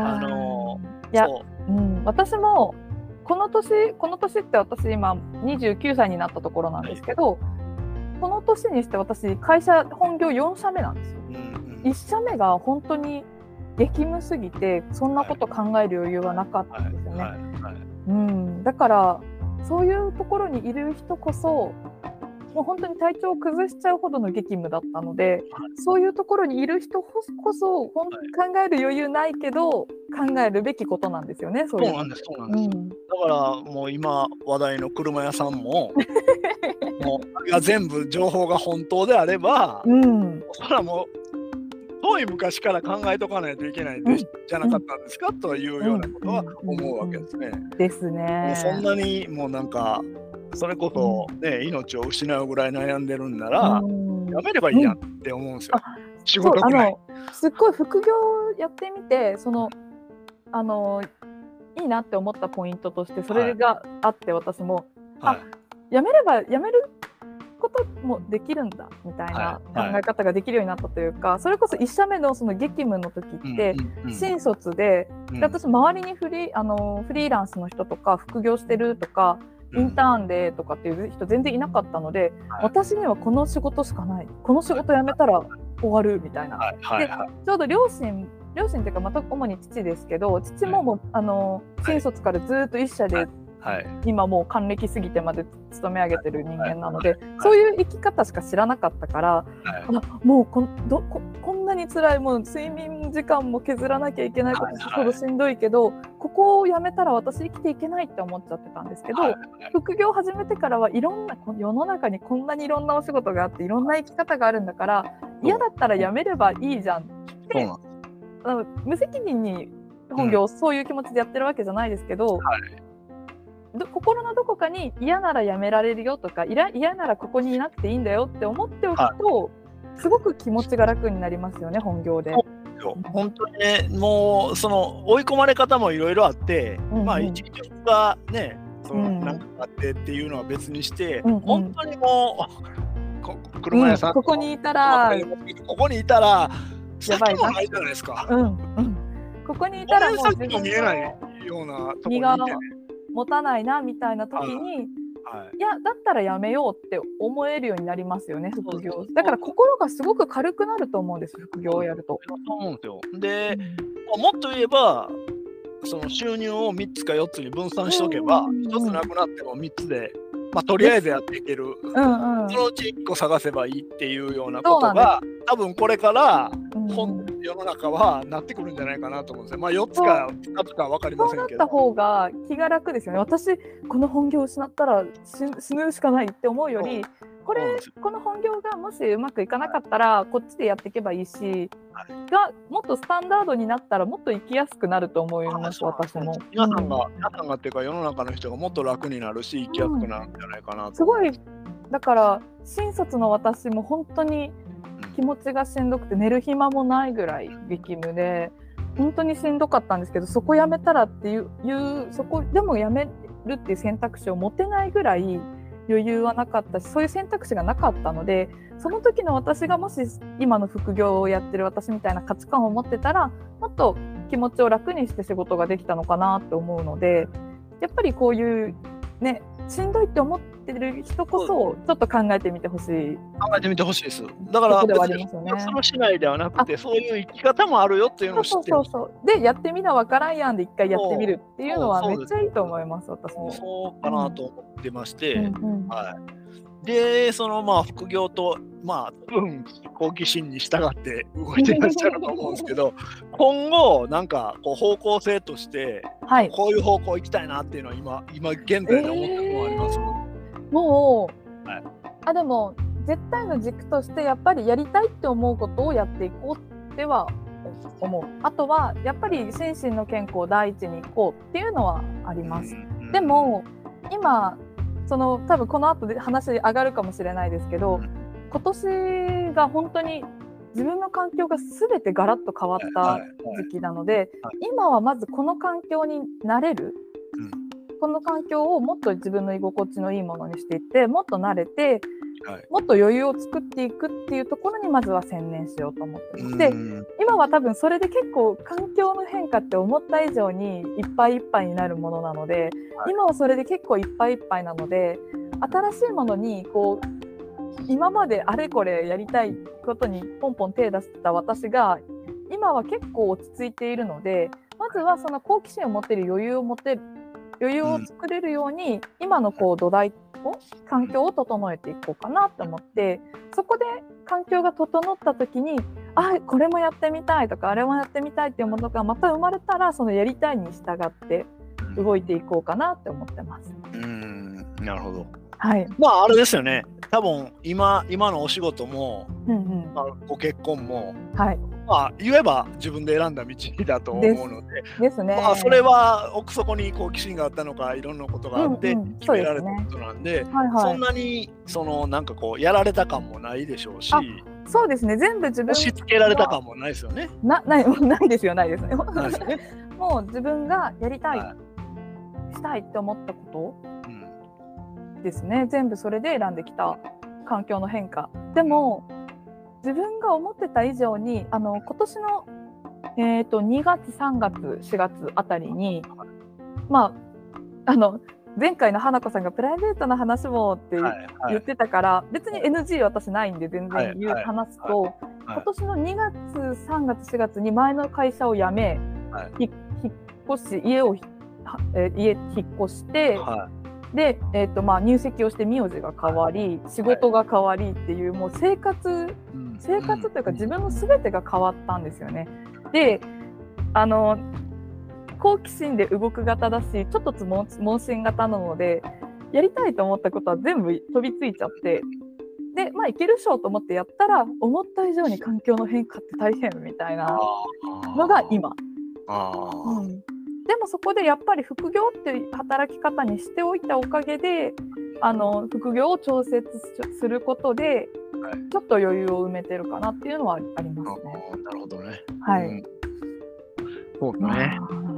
私もこの年って私今29歳になったところなんですけど、この年にして私会社本業4社目なんですよ。1社目が本当に激務すぎてそんなこと考える余裕はなかったんですよね。だからそういうところにいる人こそ、もう本当に体調を崩しちゃうほどの激務だったので、そういうところにいる人こそ考える余裕ないけど考えるべきことなんですよね。 そうなんです。だからもう今話題の車屋さんももう全部情報が本当であれば、それはもう遠い昔から考えとかないといけないじゃなかったんですか、というようなことは思うわけですね。 ですね。 そんなにもうなんかそれこそ命を失うぐらい悩んでるんなら、やめればいいやって思うんですよ。仕事ぐらい。 すっごい副業やってみて、 いいなって思ったポイントとしてそれがあって、私も、やめればやめることもできるんだみたいな考え方ができるようになったというか、それこそ1社目のその激務の時って新卒で、私周りにフリーランスの人とか副業してるとかインターンでとかっていう人全然いなかったので、私にはこの仕事しかない、この仕事辞めたら終わるみたいな。でちょうど両親っていうか、また主に父ですけど、父も新卒からずっと1社で、今もう還暦過ぎてまで勤め上げてる人間なので、そういう生き方しか知らなかったから、もうこんなに辛い、もう睡眠時間も削らなきゃいけないことほどしんどいけど、ここをやめたら私生きていけないって思っちゃってたんですけど、副業始めてからはいろんな、世の中にこんなにいろんなお仕事があっていろんな生き方があるんだから、嫌だったらやめればいいじゃんって、無責任に本業をそういう気持ちでやってるわけじゃないですけど、心のどこかに嫌ならやめられるよとか、嫌ならここにいなくていいんだよって思っておくと、すごく気持ちが楽になりますよね、本業で。 本当にね、もうその追い込まれ方もいろいろあって、一日がね、なんかあってっていうのは別にして、本当にもう車屋さん、 ここにいたらやばいな、ないじゃないですか。 ここにいたらもう自分の見えないようなところにいてね、 持たないなみたいな時に、いやだったらやめようって思えるようになりますよね、副業。だから心がすごく軽くなると思うんです、副業をやると。 そう思うんですよ。で、もっと言えばその収入を3つか4つに分散しとけば、1つなくなっても3つで、とりあえずやっていける、そのうち1個探せばいいっていうようなことが多分これから世の中はなってくるんじゃないかなと思うんですよ。4つか2つか分かりませんけど、 そうなった方が気が楽ですよね。私この本業を失ったら死ぬしかないって思うより、この本業がもしうまくいかなかったらこっちでやっていけばいいし、がもっとスタンダードになったらもっと生きやすくなると思います、私も。 皆さんがっていうか世の中の人がもっと楽になるし生きやすくなるんじゃないかなと。 すごい、だから新卒の私も本当に気持ちがしんどくて寝る暇もないぐらい激務で本当にしんどかったんですけど、そこやめたらっていうそこでもやめるっていう選択肢を持てないぐらい余裕はなかったし、そういう選択肢がなかったので、その時の私がもし今の副業をやってる私みたいな価値観を持ってたらもっと気持ちを楽にして仕事ができたのかなって思うので、やっぱりこういうね、しんどいって思ってる人こそちょっと考えてみてほしい。 考えてみてほしいです。だから別にそのしないではなくて、そういう生き方もあるよっていうのを知ってる。 でやってみなわからんやんで一回やってみるっていうのはめっちゃいいと思います。私もそうかなと思ってまして、でその副業と好奇心に従って動いてらっしゃると思うんですけど今後なんかこう方向性として、こういう方向行きたいなっていうのは今現在で思ってるのはあります？ もう、でも絶対の軸としてやっぱりやりたいって思うことをやっていこうっては思う。あとはやっぱり心身の健康を第一に行こうっていうのはあります。でも今多分この後で話上がるかもしれないですけど、今年が本当に自分の環境が全てガラッと変わった時期なので、今はまずこの環境に慣れる、この環境をもっと自分の居心地のいいものにしていって、もっと慣れて、もっと余裕を作っていくっていうところにまずは専念しようと思ってます。で、今は多分それで結構環境の変化って思った以上にいっぱいいっぱいになるものなので、今はそれで結構いっぱいいっぱいなので、新しいものにこう今まであれこれやりたいことにポンポン手出した私が今は結構落ち着いているので、まずはその好奇心を持っている余裕を作れるように今の土台環境を整えていこうかなと思って、そこで環境が整った時にこれもやってみたいとかあれもやってみたいっていうものがまた生まれたら、そのやりたいに従って動いていこうかなって思ってます。 なるほど。 はい。 あれですよね。多分今のお仕事も、ご結婚も、言えば自分で選んだ道だと思うので、 ですね。 それは奥底に好奇心があったのか、いろんなことがあって決められたことなんで、そんなになんかやられた感もないでしょうし、 そうですね。全部自分押し付けられた感もないですよね。 ないですよ、ないです。もう自分がやりたいっしたいって思ったことですね、全部それで選んできた環境の変化。でも自分が思ってた以上に今年の、2月3月4月あたりに、まあ前回の花子さんがプライベートな話もって言ってたから、別に NG 私ないんで全然話すと、今年の2月3月4月に前の会社を辞め、引っ越し家引っ越して、で、入籍をして名字が変わり、仕事が変わりっていう、もう生活というか自分の全てが変わったんですよね。で好奇心で動く型だし、ちょっと盲信型なので、やりたいと思ったことは全部飛びついちゃって、でいけるっしょと思ってやったら、思った以上に環境の変化って大変みたいなのが今。でもそこでやっぱり副業っていう働き方にしておいたおかげで、副業を調節することで、ちょっと余裕を埋めてるかなっていうのはありますね。 なるほどね。 はい。 そうね。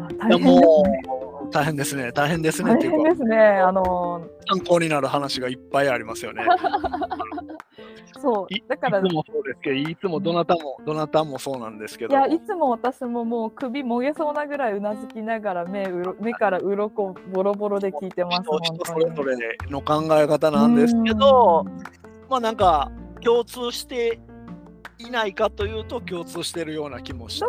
大変ですね。大変ですね。 大変ですね。 参考になる話がいっぱいありますよね。 そうだからいつもそうですけど、いつもどなたもそうなんですけど、 いつも私ももう首もげそうなぐらいうなずきながら目から鱗ボロボロで聞いてます。 人それぞれの考え方なんですけど、なんか共通していないかというと共通してるような気もして、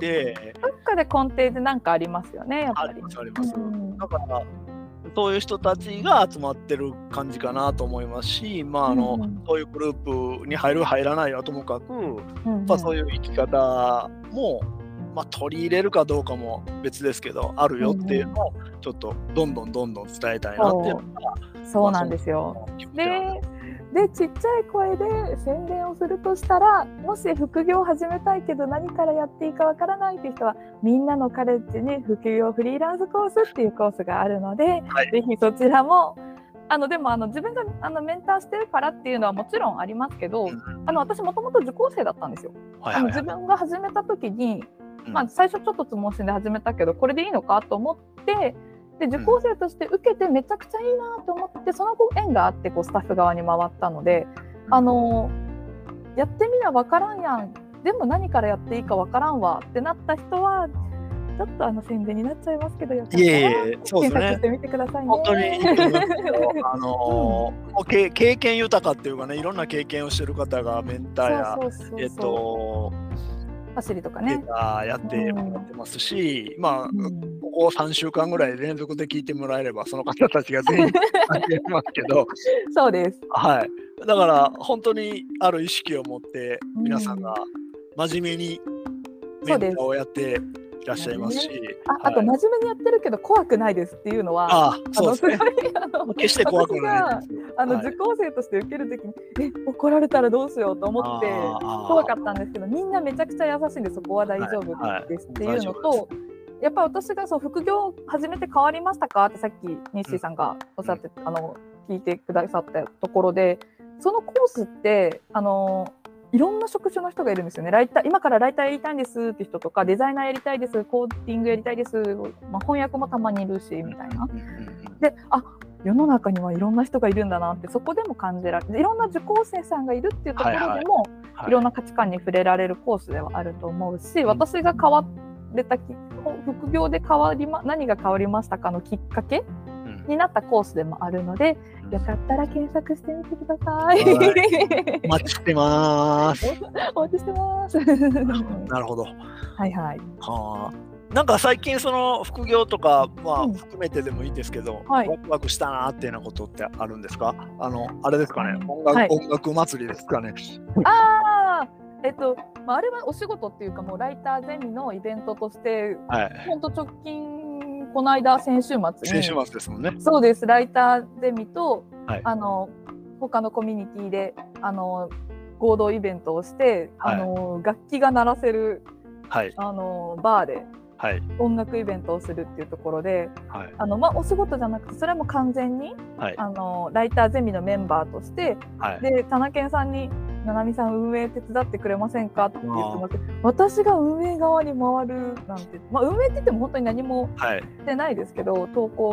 どっかで根底で何かありますよね、やっぱり。 あります。だからそういう人たちが集まってる感じかなと思いますし、そういうグループに入る入らないはともかく、そういう生き方も、取り入れるかどうかも別ですけど、あるよっていうのをちょっとどんどん伝えたいなっていうのが、 そうなんですよ。でちっちゃい声で宣伝をするとしたら、もし副業を始めたいけど何からやっていいかわからないっていう人は、みんなのカレッジに副業フリーランスコースっていうコースがあるので、ぜひそちらもでも自分がメンターしてるからっていうのはもちろんありますけど、私もともと受講生だったんですよ。自分が始めた時に、最初ちょっとつ盲信で始めたけど、これでいいのかと思って、で受講生として受けてめちゃくちゃいいなと思って、その後縁があってスタッフ側に回ったので、やってみな分からんやん、でも何からやっていいか分からんわってなった人は、ちょっと宣伝になっちゃいますけど、よかったら検索してみてくださいね。 本当にいいと思いますけど、経験豊かっていうかね、いろんな経験をしてる方がメンターやパシリとかねやってますし、ここ3週間ぐらい連続で聞いてもらえればその方たちが全員関係ますけどそうです。 はい。だから本当にある意識を持って皆さんが真面目にメンターをやっていらっしゃいますし、 あと真面目にやってるけど怖くないですっていうのは、 そうですね。決して怖くない。 受講生として受けるときに怒られたらどうしようと思って怖かったんですけど、みんなめちゃくちゃ優しいんで、そこは大丈夫ですっていうのと、やっぱり私が副業を始めて変わりましたかってさっきニッシーさんがおっしゃって聞いてくださったところで、そのコースっていろんな職種の人がいるんですよね。今からライターやりたいんですって人とか、デザイナーやりたいです、コーディングやりたいです、翻訳もたまにいるしみたいな。で、世の中にはいろんな人がいるんだなって、そこでも感じられる、いろんな受講生さんがいるっていうところでも、いろんな価値観に触れられるコースではあると思うし、私が変われた副業で何が変わりましたかのきっかけになったコースでもあるので、よかったら検索してみてください。 お待ちしてます。 お待ちしてます。 なるほど。 はいはい。 なんか最近その副業とか含めてでもいいですけど、ワクワクしたなっていうようなことってあるんですか？あれですかね、音楽祭りですかね。 あれはお仕事っていうか、もうライターゼミのイベントとして、本当直近この間先週末ですもんね。 そうです、ライターゼミと、他のコミュニティで合同イベントをして、楽器が鳴らせる、バーで音楽イベントをするっていうところで、お仕事じゃなくて、それも完全に、ライターゼミのメンバーとして、で田中さんにななみさん運営手伝ってくれませんかって言ってもらって、私が運営側に回るなんて、運営って言っても本当に何もしてないですけど、投稿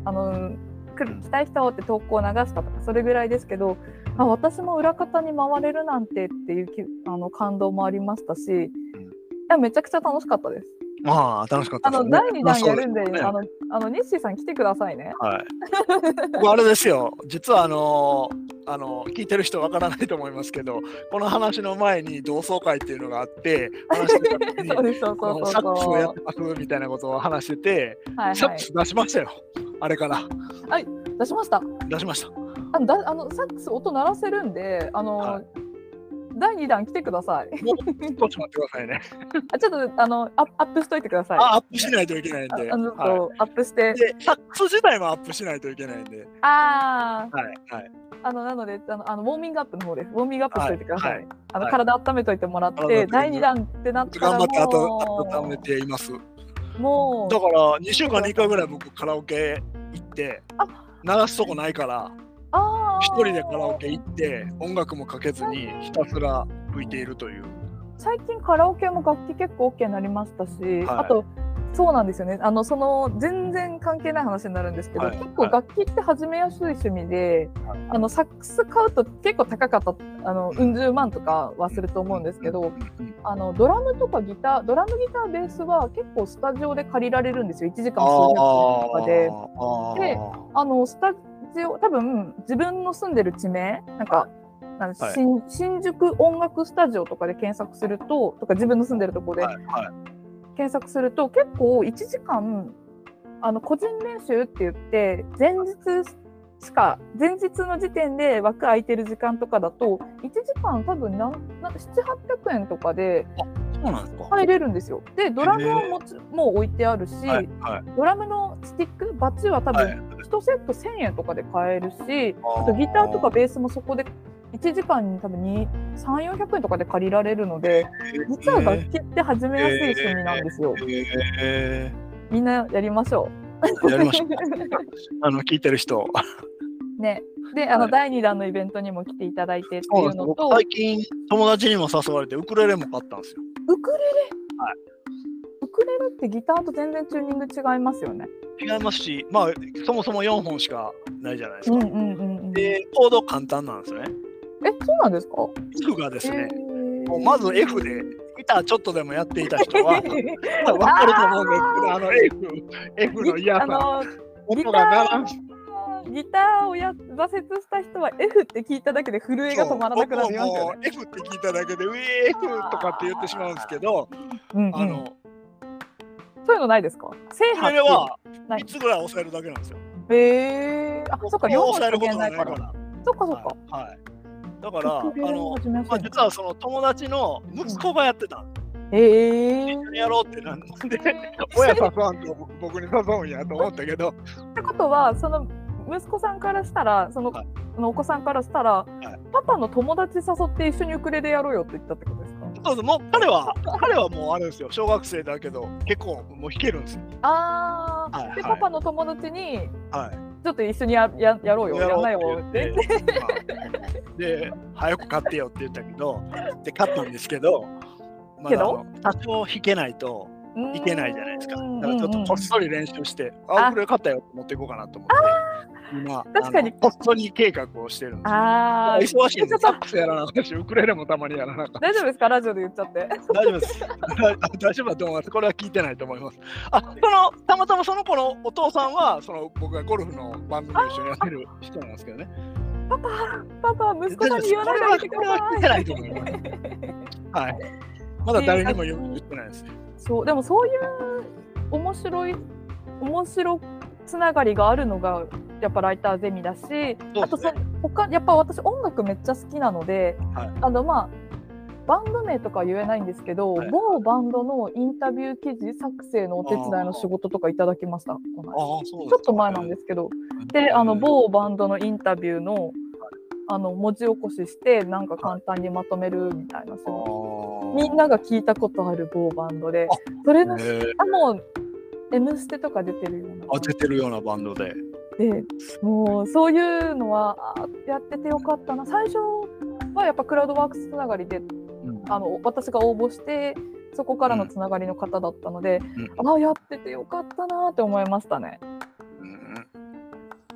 来たい人って投稿を流したとかそれぐらいですけど、私も裏方に回れるなんてっていう感動もありましたし、いやめちゃくちゃ楽しかったです。 楽しかったですね。 第2弾やるんで、ニッシーさん来てくださいね。 はい。僕あれですよ。実は聞いてる人わからないと思いますけど、この話の前に同窓会っていうのがあって、話してた時にサックスをやってますみたいなことを話してて、サックス出しましたよ。あれから。 はい、出しました。 出しました。 サックス音鳴らせるんで、第2弾来てください。 もう少し待ってくださいね。 ちょっとアップしといてください。 アップしないといけないんで。 アップして。 で、サックス自体もアップしないといけないんで。 なのでウォーミングアップの方です。ウォーミングアップしといてください。体温めといてもらって、第2弾ってなったらもう。 頑張って温めています。もう。だから2週間に1回ぐらい僕カラオケ行って、流すとこないから。一人でカラオケ行って音楽もかけずにひたすら吹いているという。 最近カラオケも楽器結構 OK になりましたし、あとそうなんですよね。全然関係ない話になるんですけど、結構楽器って始めやすい趣味で、サックス買うと結構高かったうん十万とかはすると思うんですけど、ドラムとかドラムギターベースは結構スタジオで借りられるんですよ。1時間数百円とかで。で、スタジオ多分自分の住んでる地名新宿音楽スタジオとかで検索するととか自分の住んでるところで検索すると結構1時間個人練習って言って前日の時点で枠空いてる時間とかだと1時間多分700、800円とかで入れるんですよ。でドラムはもう置いてあるし、ドラムのスティックバチは多分1セット1000円とかで買えるし、あとギターとかベースもそこで1時間に多分300-400円とかで借りられるので、実は楽器って始めやすい趣味なんですよ。みんなやりましょう。やりましょう。聞いてる人。 ね。で、第2弾のイベントにも来ていただいてっていうのと、 最近友達にも誘われてウクレレも買ったんですよ。 ウクレレ？はい。ウクレレってギターと全然チューニング違いますよね。 違いますし、そもそも4本しかないじゃないですか。で、コード簡単なんですね。 そうなんですか？ F がですね、まず F でギターちょっとでもやっていた人は分かると思うんですけど、F の嫌さ、音が鳴らん。 ギターを挫折した人は F って聞いただけで震えが止まらなくなりますよね。 F って聞いただけでF とかって言ってしまうんですけど、 そういうのないですか？ ウクレレは3つぐらい押さえるだけなんですよ。 そっか、4本押さえることないから。 そっかそっか。 だから実はその友達の息子がやってた。一緒にやろうってなんで親誘わんと僕に誘うんやと思ったけど。 ってことはその息子さんからしたらそのお子さんからしたら、パパの友達誘って一緒にウクレレやろうよって言ったってことですか？ そうです。もう彼はもうあれですよ、小学生だけど結構もう弾けるんですよ。 でパパの友達にちょっと一緒にやろうよ、やんなよってで早く買ってよって言ったけど、で買ったんですけど、多少弾けないといけないじゃないですか。だからちょっとこっそり練習して、ウクレレ買ったよって持っていこうかなと思って今確かにこっそり計画をしてるんですよ。忙しいんでサックスやらなかったし、ウクレレもたまにやらなかった。 大丈夫ですか？ラジオで言っちゃって。 大丈夫です。大丈夫だと思います。これは聞いてないと思います。たまたまその子のお父さんは僕がゴルフの番組を一緒にやってる人なんですけどね。 パパ息子さんに言わないでください。 これは聞いてないと思います。はい。まだ誰にも言ってないですよ。 でもそういう面白つながりがあるのがやっぱライターゼミだし、あとやっぱ私音楽めっちゃ好きなので、バンド名とかは言えないんですけど、某バンドのインタビュー記事作成のお手伝いの仕事とかいただきました。ちょっと前なんですけど、で某バンドのインタビューの文字起こししてなんか簡単にまとめるみたいな、みんなが聞いたことある某バンドで、それのもう「M ステ」とか出てるようなバンドでもうそういうのはやっててよかったな。最初はやっぱクラウドワークスつながりで、私が応募してそこからのつながりの方だったので、やっててよかったなって思いましたね。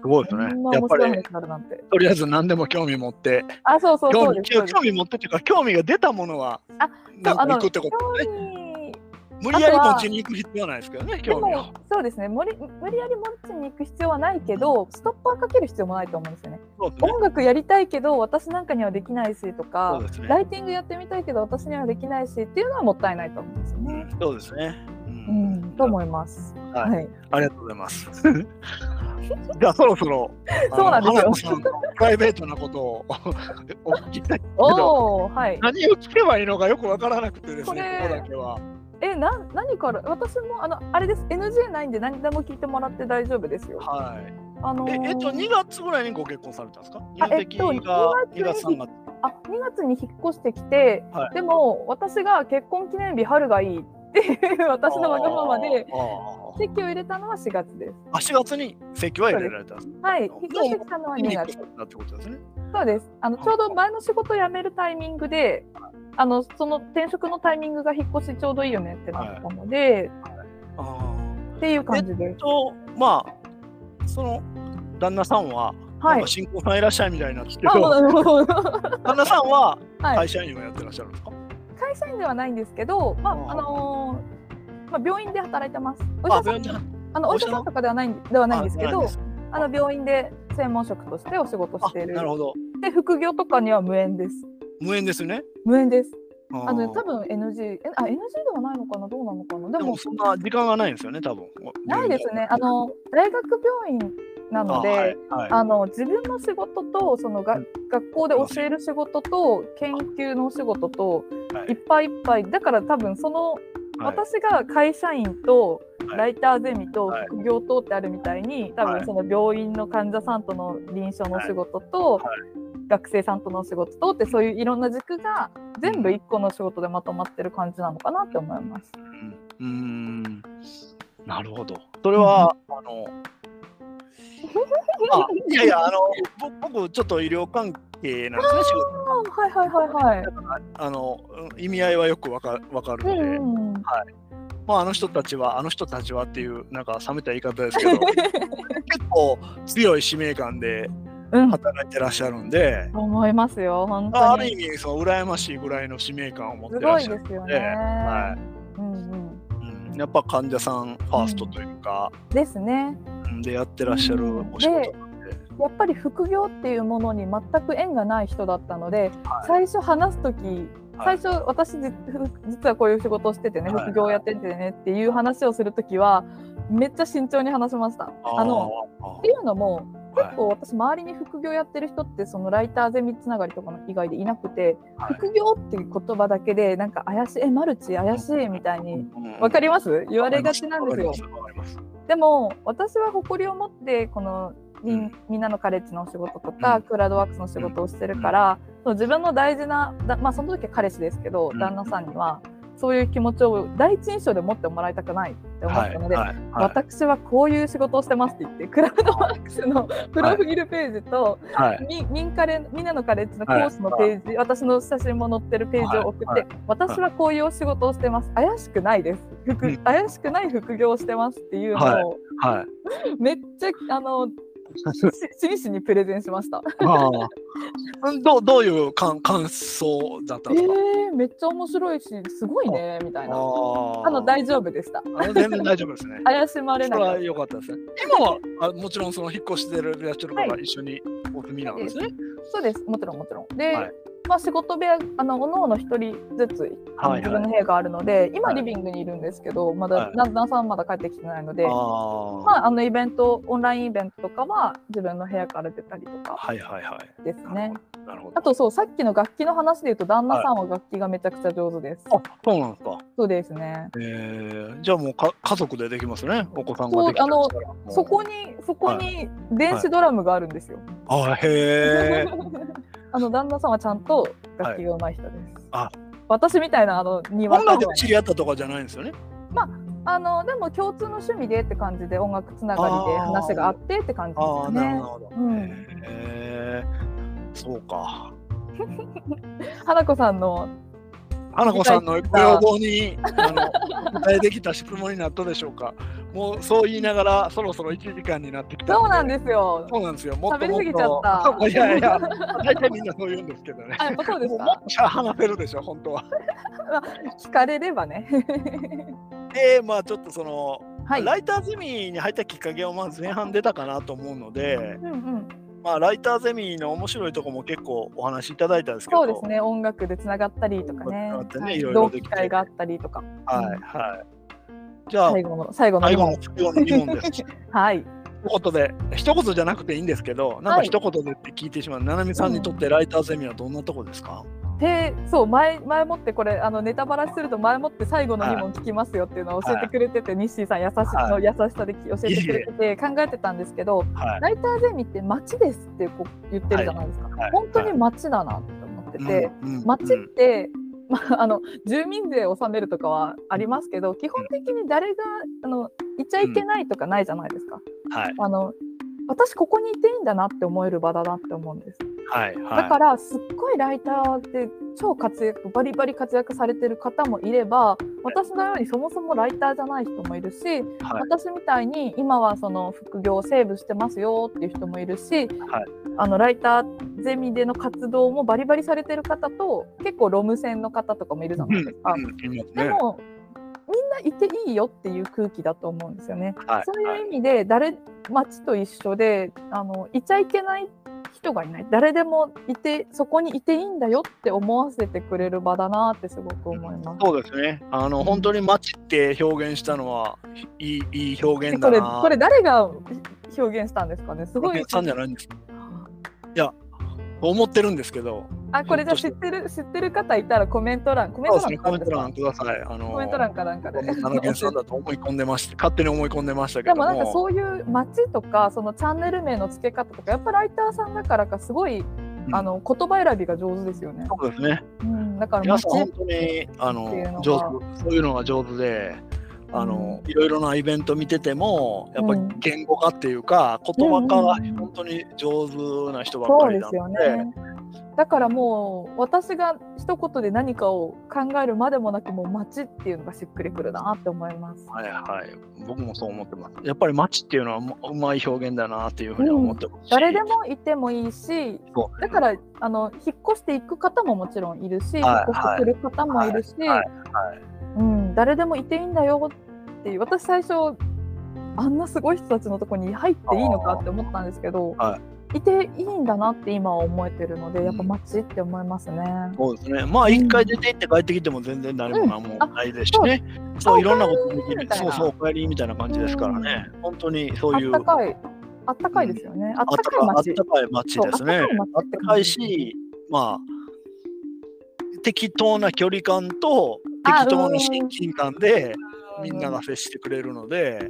ごいですね。やっぱりとりあえず何でも興味持って、 そう興味持ってっていうか興味が出たものはなんか行くってことですね。無理やり持ちに行く必要はないですけどね、興味は。 そうですね、無理やり持ちに行く必要はないけど、ストッパーかける必要もないと思うんですよね。音楽やりたいけど私なんかにはできないしとか、ライティングやってみたいけど私にはできないしっていうのはもったいないと思うんですよね。 そうですね。 と思います。 はい、ありがとうございます。じゃあそろそろそうなんですよ。 プライベートなことをお聞きたいけど、何を聞けばいいのかよくわからなくてですね、ここだけは。 何から私もあれです NG ないんで何でも聞いてもらって大丈夫ですよ。 はい。2月ぐらいにご結婚されたんですか？2月3月。 2月に引っ越してきて、でも私が結婚記念日春がいいっていう私のわがままで籍を入れたのは4月です。 4月に籍は入れられたんです。 はい、引っ越してきたのは2月。そうです。ちょうど前の仕事を辞めるタイミングで、その転職のタイミングが引っ越しちょうどいいよねってなったので、っていう感じです。 まあその旦那さんはなんか新婚さんいらっしゃいみたいなんですけど、旦那さんは会社員をやってらっしゃるんですか？ 会社員ではないんですけど、病院で働いてます。お医者さんとかではないんですけど、病院で専門職としてお仕事している。 なるほど。 で副業とかには無縁です。 無縁ですね。 無縁です。多分 NG ではないのかな、どうなのかな。 でもそんな時間がないんですよね、多分。 ないですね。大学病院なので、自分の仕事とその学校で教える仕事と研究の仕事といっぱいいっぱいだから、多分その私が会社員とライターゼミと副業とってあるみたいに、多分その病院の患者さんとの臨床の仕事と学生さんとの仕事とって、そういういろんな軸が全部1個の仕事でまとまってる感じなのかなって思います。 なるほど。それはいやいや僕ちょっと医療関係なんですね、仕事。意味合いはよくわかるので、あの人たちはっていうなんか冷めた言い方ですけど結構強い使命感で働いてらっしゃるんで、 思いますよ、本当に。 ある意味羨ましいぐらいの使命感を持ってらっしゃるので、 すごいですよね。 やっぱ患者さんファーストというか、 ですね。 でやってらっしゃるお仕事なんで、 やっぱり副業っていうものに全く縁がない人だったので、最初話す時、私実はこういう仕事をしててね、副業をやっててねっていう話をする時はめっちゃ慎重に話しました。っていうのも結構私周りに副業やってる人ってそのライターゼミつながりとかの以外でいなくて、副業っていう言葉だけでなんか怪しいマルチ怪しいみたいに分かります言われがちなんですよ。でも私は誇りを持ってこのみんなのカレッジのお仕事とかクラウドワークスの仕事をしてるから、自分の大事なその時は彼氏ですけど、旦那さんにはそういう気持ちを第一印象で持ってもらいたくないって思ったので、私はこういう仕事をしてますって言ってクラウドワークスのプロフィールページと、みんなのカレッジのコースのページ、私の写真も載ってるページを送って、私はこういうお仕事をしてます、怪しくないです怪しくない副業をしてますっていうのを、めっちゃ真摯にプレゼンしました。 どういう感想だったんですか？ めっちゃ面白いしすごいねみたいな。大丈夫でした。 全然大丈夫ですね。 怪しまれない。 それは良かったですね。今はもちろんその引っ越してるいらっしゃる方が一緒にお住みなんですね。 そうです、もちろんで、仕事部屋おのおの一人ずつ自分の部屋があるので、今リビングにいるんですけど、まだ旦那さんまだ帰ってきてないので、イベントオンラインイベントとかは自分の部屋から出たりとかですね。あとさっきの楽器の話で言うと、旦那さんは楽器がめちゃくちゃ上手です。 そうなんですか。 そうですね。 じゃあもう家族でできますね、お子さんができたら。 そこに電子ドラムがあるんですよ。 へー。 旦那さんはちゃんと楽器が上手い人です。私みたいな庭音楽で知り合ったとかじゃないんですよね。 でも共通の趣味でって感じで、音楽つながりで話があってって感じですね。 なるほど。そうか。 花子さんのご要望に答えできた質問になったでしょうか。 もうそう言いながらそろそろ1時間になってきたので。 そうなんですよ。 そうなんですよ。もっともっと喋りすぎちゃった。 いやいや、大体みんなそう言うんですけどね。 あ、やっぱそうですか。 もっと話せるでしょ、本当は。 聞かれればね。 で、まあちょっとその、 はい、 ライターゼミに入ったきっかけはまず前半出たかなと思うので、 うんうん、 まあライターゼミの面白いところも結構お話しいただいたんですけど。 そうですね。音楽でつながったりとかね。 ね、いろい同ろできて。 期会があったりとか。 はいはい。じゃあ最後の2 問です。 はい。 一言じゃなくていいんですけど、なんか一言でって聞いてしまう、ななみさんにとってライターゼミはどんなとこですか？ そう前もってこれネタバラしすると前もって最後の2問聞きますよっていうのを教えてくれてて、ニッシーさん優しさで教えてくれてて考えてたんですけど、ライターゼミって街ですって言ってるじゃないですか。本当に街だなって思ってて、街って住民税を納めるとかはありますけど、基本的に誰がいちゃいけないとかないじゃないですか。私ここにいていいんだなって思える場だなって思うんです。だからすっごいライターで超バリバリ活躍されてる方もいれば、私のようにそもそもライターじゃない人もいるし、私みたいに今はその副業をセーブしてますよっていう人もいるし、ライターゼミでの活動もバリバリされてる方と結構ロム線の方とかもいるじゃないですか。でもみんないていいよっていう空気だと思うんですよね。そういう意味で街と一緒でいちゃいけない人がいない、誰でもそこにいていいんだよって思わせてくれる場だなってすごく思います。 そうですね。本当に街って表現したのはいい表現だな。 これ誰が表現したんですかね。すごい。 さんじゃないんですか。いや、思ってるんですけど。 これじゃ知ってる方いたらコメント欄ください。コメント欄かなんかで。 源さんだと勝手に思い込んでましたけども。 でもなんかそういう街とかそのチャンネル名の付け方とかやっぱライターさんだからかすごい言葉選びが上手ですよね。 そうですね。 だから皆さん本当にそういうのが上手で。いろいろなイベント見ててもやっぱり言語化っていうか、言葉化が本当に上手な人ばっかりなので、 そうですよね。だからもう私が一言で何かを考えるまでもなく、もう街っていうのがしっくりくるなって思います。 僕もそう思ってます。やっぱり街っていうのはうまい表現だなっていうふうに思ってますし、 誰でもいてもいいし、だから引っ越していく方ももちろんいるし、引っ越してくる方もいるし、誰でもいていいんだよっていう。私最初あんなすごい人たちのとこに入っていいのかって思ったんですけど、いていいんだなって今は思えてるので、やっぱ街って思いますね。 そうですね。まあ一回出て行って帰ってきても全然何も何もないですしね。いろんなことできる。お帰りみたいな感じですからね。本当にそういう。 あったかいですよね。あったかい街ですね。あったかいし、まあ適当な距離感と適当な親近感でみんなが接してくれるので、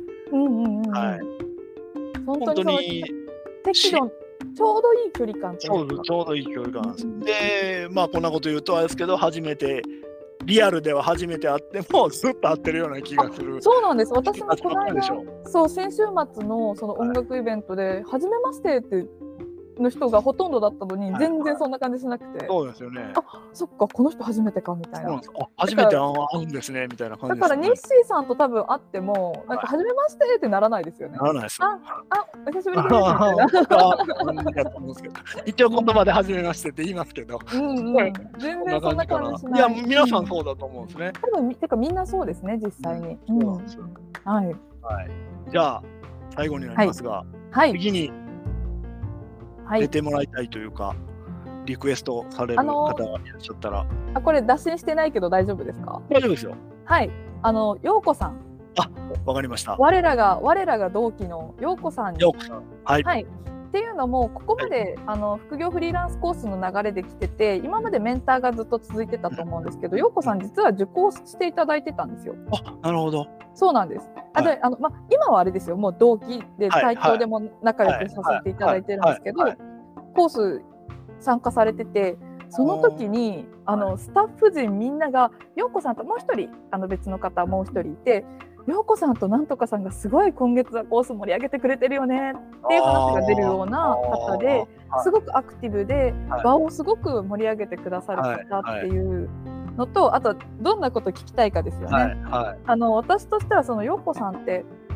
本当に適度、ちょうどいい距離感。 ちょうどいい距離感で、まあこんなこと言うとあれですけど、リアルでは初めて会ってもずっと会ってるような気がする。 そうなんです。私もこの間、先週末のその音楽イベントで初めましてっての人がほとんどだったのに、全然そんな感じしなくて、 そうですよね。 そっか、この人初めてかみたいな。 初めて会うんですねみたいな感じですね。 だからニッシーさんと多分会ってもなんか初めましてってならないですよね。 ならないです。 お久しぶりですみたいな。 一応言葉で初めましてって言いますけど、 全然そんな感じしない。 いや、皆さんそうだと思うんですね。 多分てかみんなそうですね、実際に。 じゃあ最後になりますが、次に出てもらいたいというか、リクエストされる方がいらっしゃったら。 これ脱線してないけど大丈夫ですか？ 大丈夫ですよ。 陽子さん。 わかりました。 我らが同期の陽子さんに。っていうのもここまで副業フリーランスコースの流れで来てて、今までメンターがずっと続いてたと思うんですけど、陽子さん実は受講していただいてたんですよ。 なるほど。 そうなんです。今はあれですよ、もう同期で対等でも仲良くさせていただいてるんですけど、コース参加されてて、その時にスタッフ陣みんなが陽子さんともう一人別の方もう一人いて、陽子さんとなんとかさんがすごい今月はコース盛り上げてくれてるよねっていう話が出るような方で、すごくアクティブで場をすごく盛り上げてくださる方っていうのと、あとどんなこと聞きたいかですよね。私としてはその陽子さんって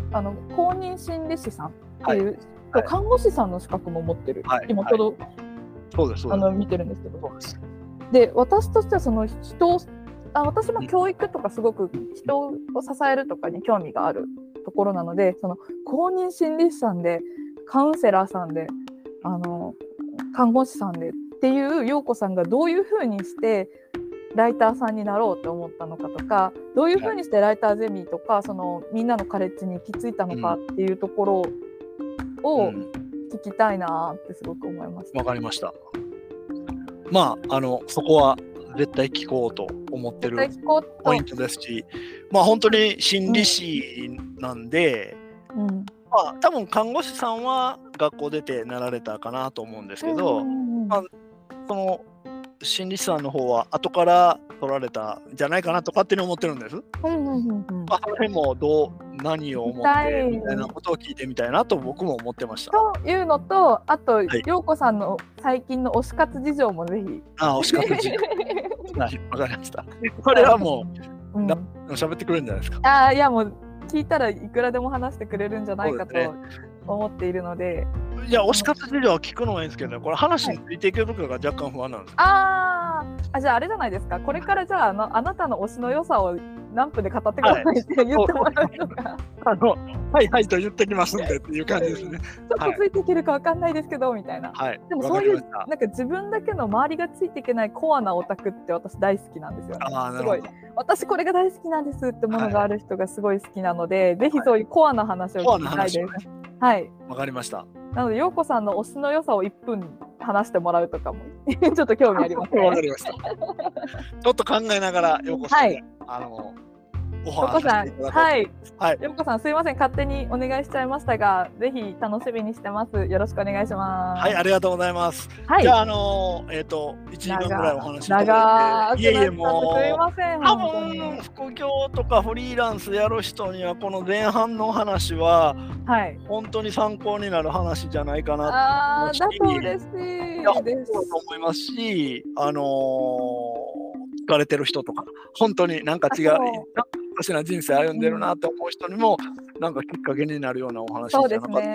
公認心理師さんっていう、看護師さんの資格も持ってる、今ちょうど、 そうです見てるんですけど、で私としてはその私も教育とかすごく人を支えるとかに興味があるところなので、その公認心理師さんでカウンセラーさんで看護師さんでっていう陽子さんがどういうふうにしてライターさんになろうと思ったのかとか、どういうふうにしてライターゼミとかそのみんなのカレッジに行き着いたのかっていうところを聞きたいなってすごく思いました。 わかりました。まあそこは絶対聞こうと思ってるポイントですし、まあ本当に心理師なんで、まあ多分看護師さんは学校出てなられたかなと思うんですけど、まあ、その心理師さんの方は後から取られたんじゃないかなと勝手に思ってるんです。まあその辺も何を思ってみたいなことを聞いてみたいなと僕も思ってました。 というのと、あと陽子さんの最近の推し活事情もぜひ。 推し活事情。はい、わかりました。これはもう喋ってくれるんじゃないですか。 いやもう聞いたらいくらでも話してくれるんじゃないかと思っているので。 いや、推し活事情は聞くのはいいんですけど、これ話についていけるかが若干不安なんです。 じゃああれじゃないですか。これからじゃああなたの推しの良さを何分で語ってくださいって言ってもらうとか。 はいはいと言ってきますんでっていう感じですね。 ちょっとついていけるかわかんないですけどみたいな。でもそういうなんか自分だけの周りがついていけないコアなオタクって私大好きなんですよね。すごい。私これが大好きなんですってものがある人がすごい好きなので、ぜひそういうコアな話を聞きたいです。はい。 わかりました。 なので陽子さんの推しの良さを1分話してもらうとかもちょっと興味ありますね。 わかりました。ちょっと考えながら陽子さんにお話ししていただこう。 はい。陽子さんすいません、勝手にお願いしちゃいましたが、ぜひ楽しみにしてます。よろしくお願いします。 はい、ありがとうございます。じゃあ1時間ぐらいお話しいただいて、いえもうすいません。 多分副業とかフリーランスやる人にはこの前半の話は本当に参考になる話じゃないかなとだと嬉しいです。 と思いますし、疲れてる人とか本当になんか違うおかしな人生歩んでるなって思う人にもなんかきっかけになるようなお話じゃなかったなと思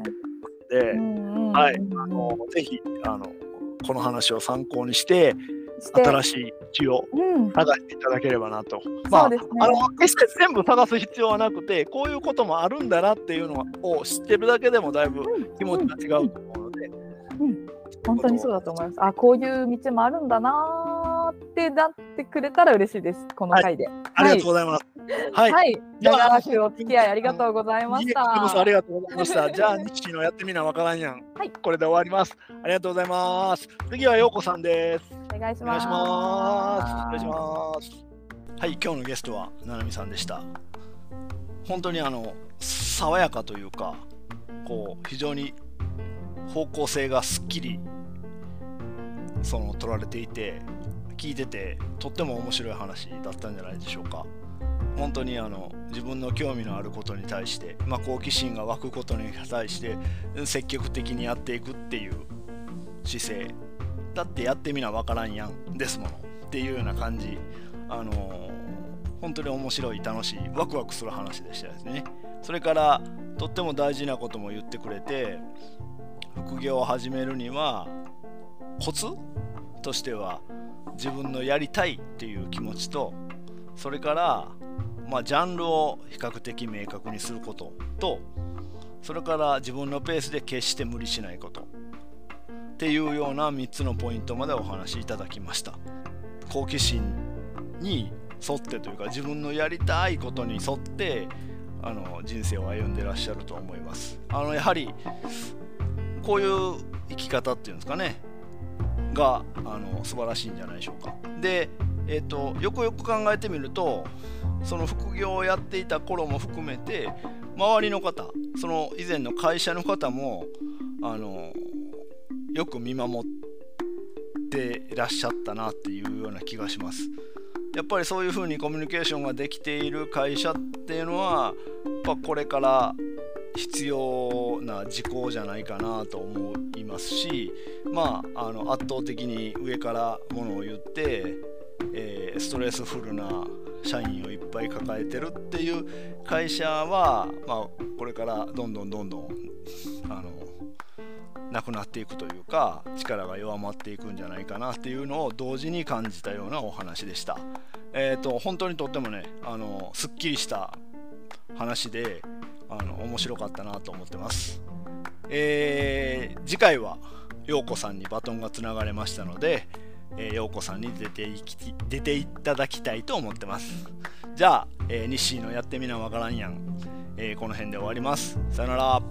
って、ぜひこの話を参考にして新しい道を探していただければなと。決して全部探す必要はなくて、こういうこともあるんだなっていうのを知ってるだけでもだいぶ気持ちが違うと思うので、 本当にそうだと思います。こういう道もあるんだなってなってくれたら嬉しいです、この回で。 ありがとうございます。 はい。長くお付き合いありがとうございました。 ありがとうございました。じゃあ日のやってみなわからんやん。これで終わります。ありがとうございます。次は陽子さんです。 お願いします。 はい、今日のゲストはななみさんでした。本当に爽やかというか、非常に方向性がすっきり取られていて、聞いててとっても面白い話だったんじゃないでしょうか。本当に自分の興味のあることに対して、好奇心が湧くことに対して積極的にやっていくっていう姿勢だってやってみなわからんやんですものっていうような感じ、本当に面白い楽しいワクワクする話でしたですね。それからとっても大事なことも言ってくれて、副業を始めるにはコツとしては自分のやりたいっていう気持ちと、それからジャンルを比較的明確にすることと、それから自分のペースで決して無理しないことっていうような3つのポイントまでお話しいただきました。好奇心に沿ってというか、自分のやりたいことに沿って人生を歩んでらっしゃると思います。やはりこういう生き方っていうんですかねが素晴らしいんじゃないでしょうか。で、よくよく考えてみると、その副業をやっていた頃も含めて周りの方、その以前の会社の方もよく見守っていらっしゃったなっていうような気がします。やっぱりそういうふうにコミュニケーションができている会社っていうのはやっぱこれから必要な事項じゃないかなと思いますし、圧倒的に上からものを言って、ストレスフルな社員をいっぱい抱えてるっていう会社は、これからどんどんなくなっていくというか、力が弱まっていくんじゃないかなっていうのを同時に感じたようなお話でした。本当にとってもね、すっきりした話で面白かったなと思ってます。次回は陽子さんにバトンがつながれましたので、陽子さんに出ていただきたいと思ってます。じゃあ、日誌のやってみなわからんやん、この辺で終わります。さよなら。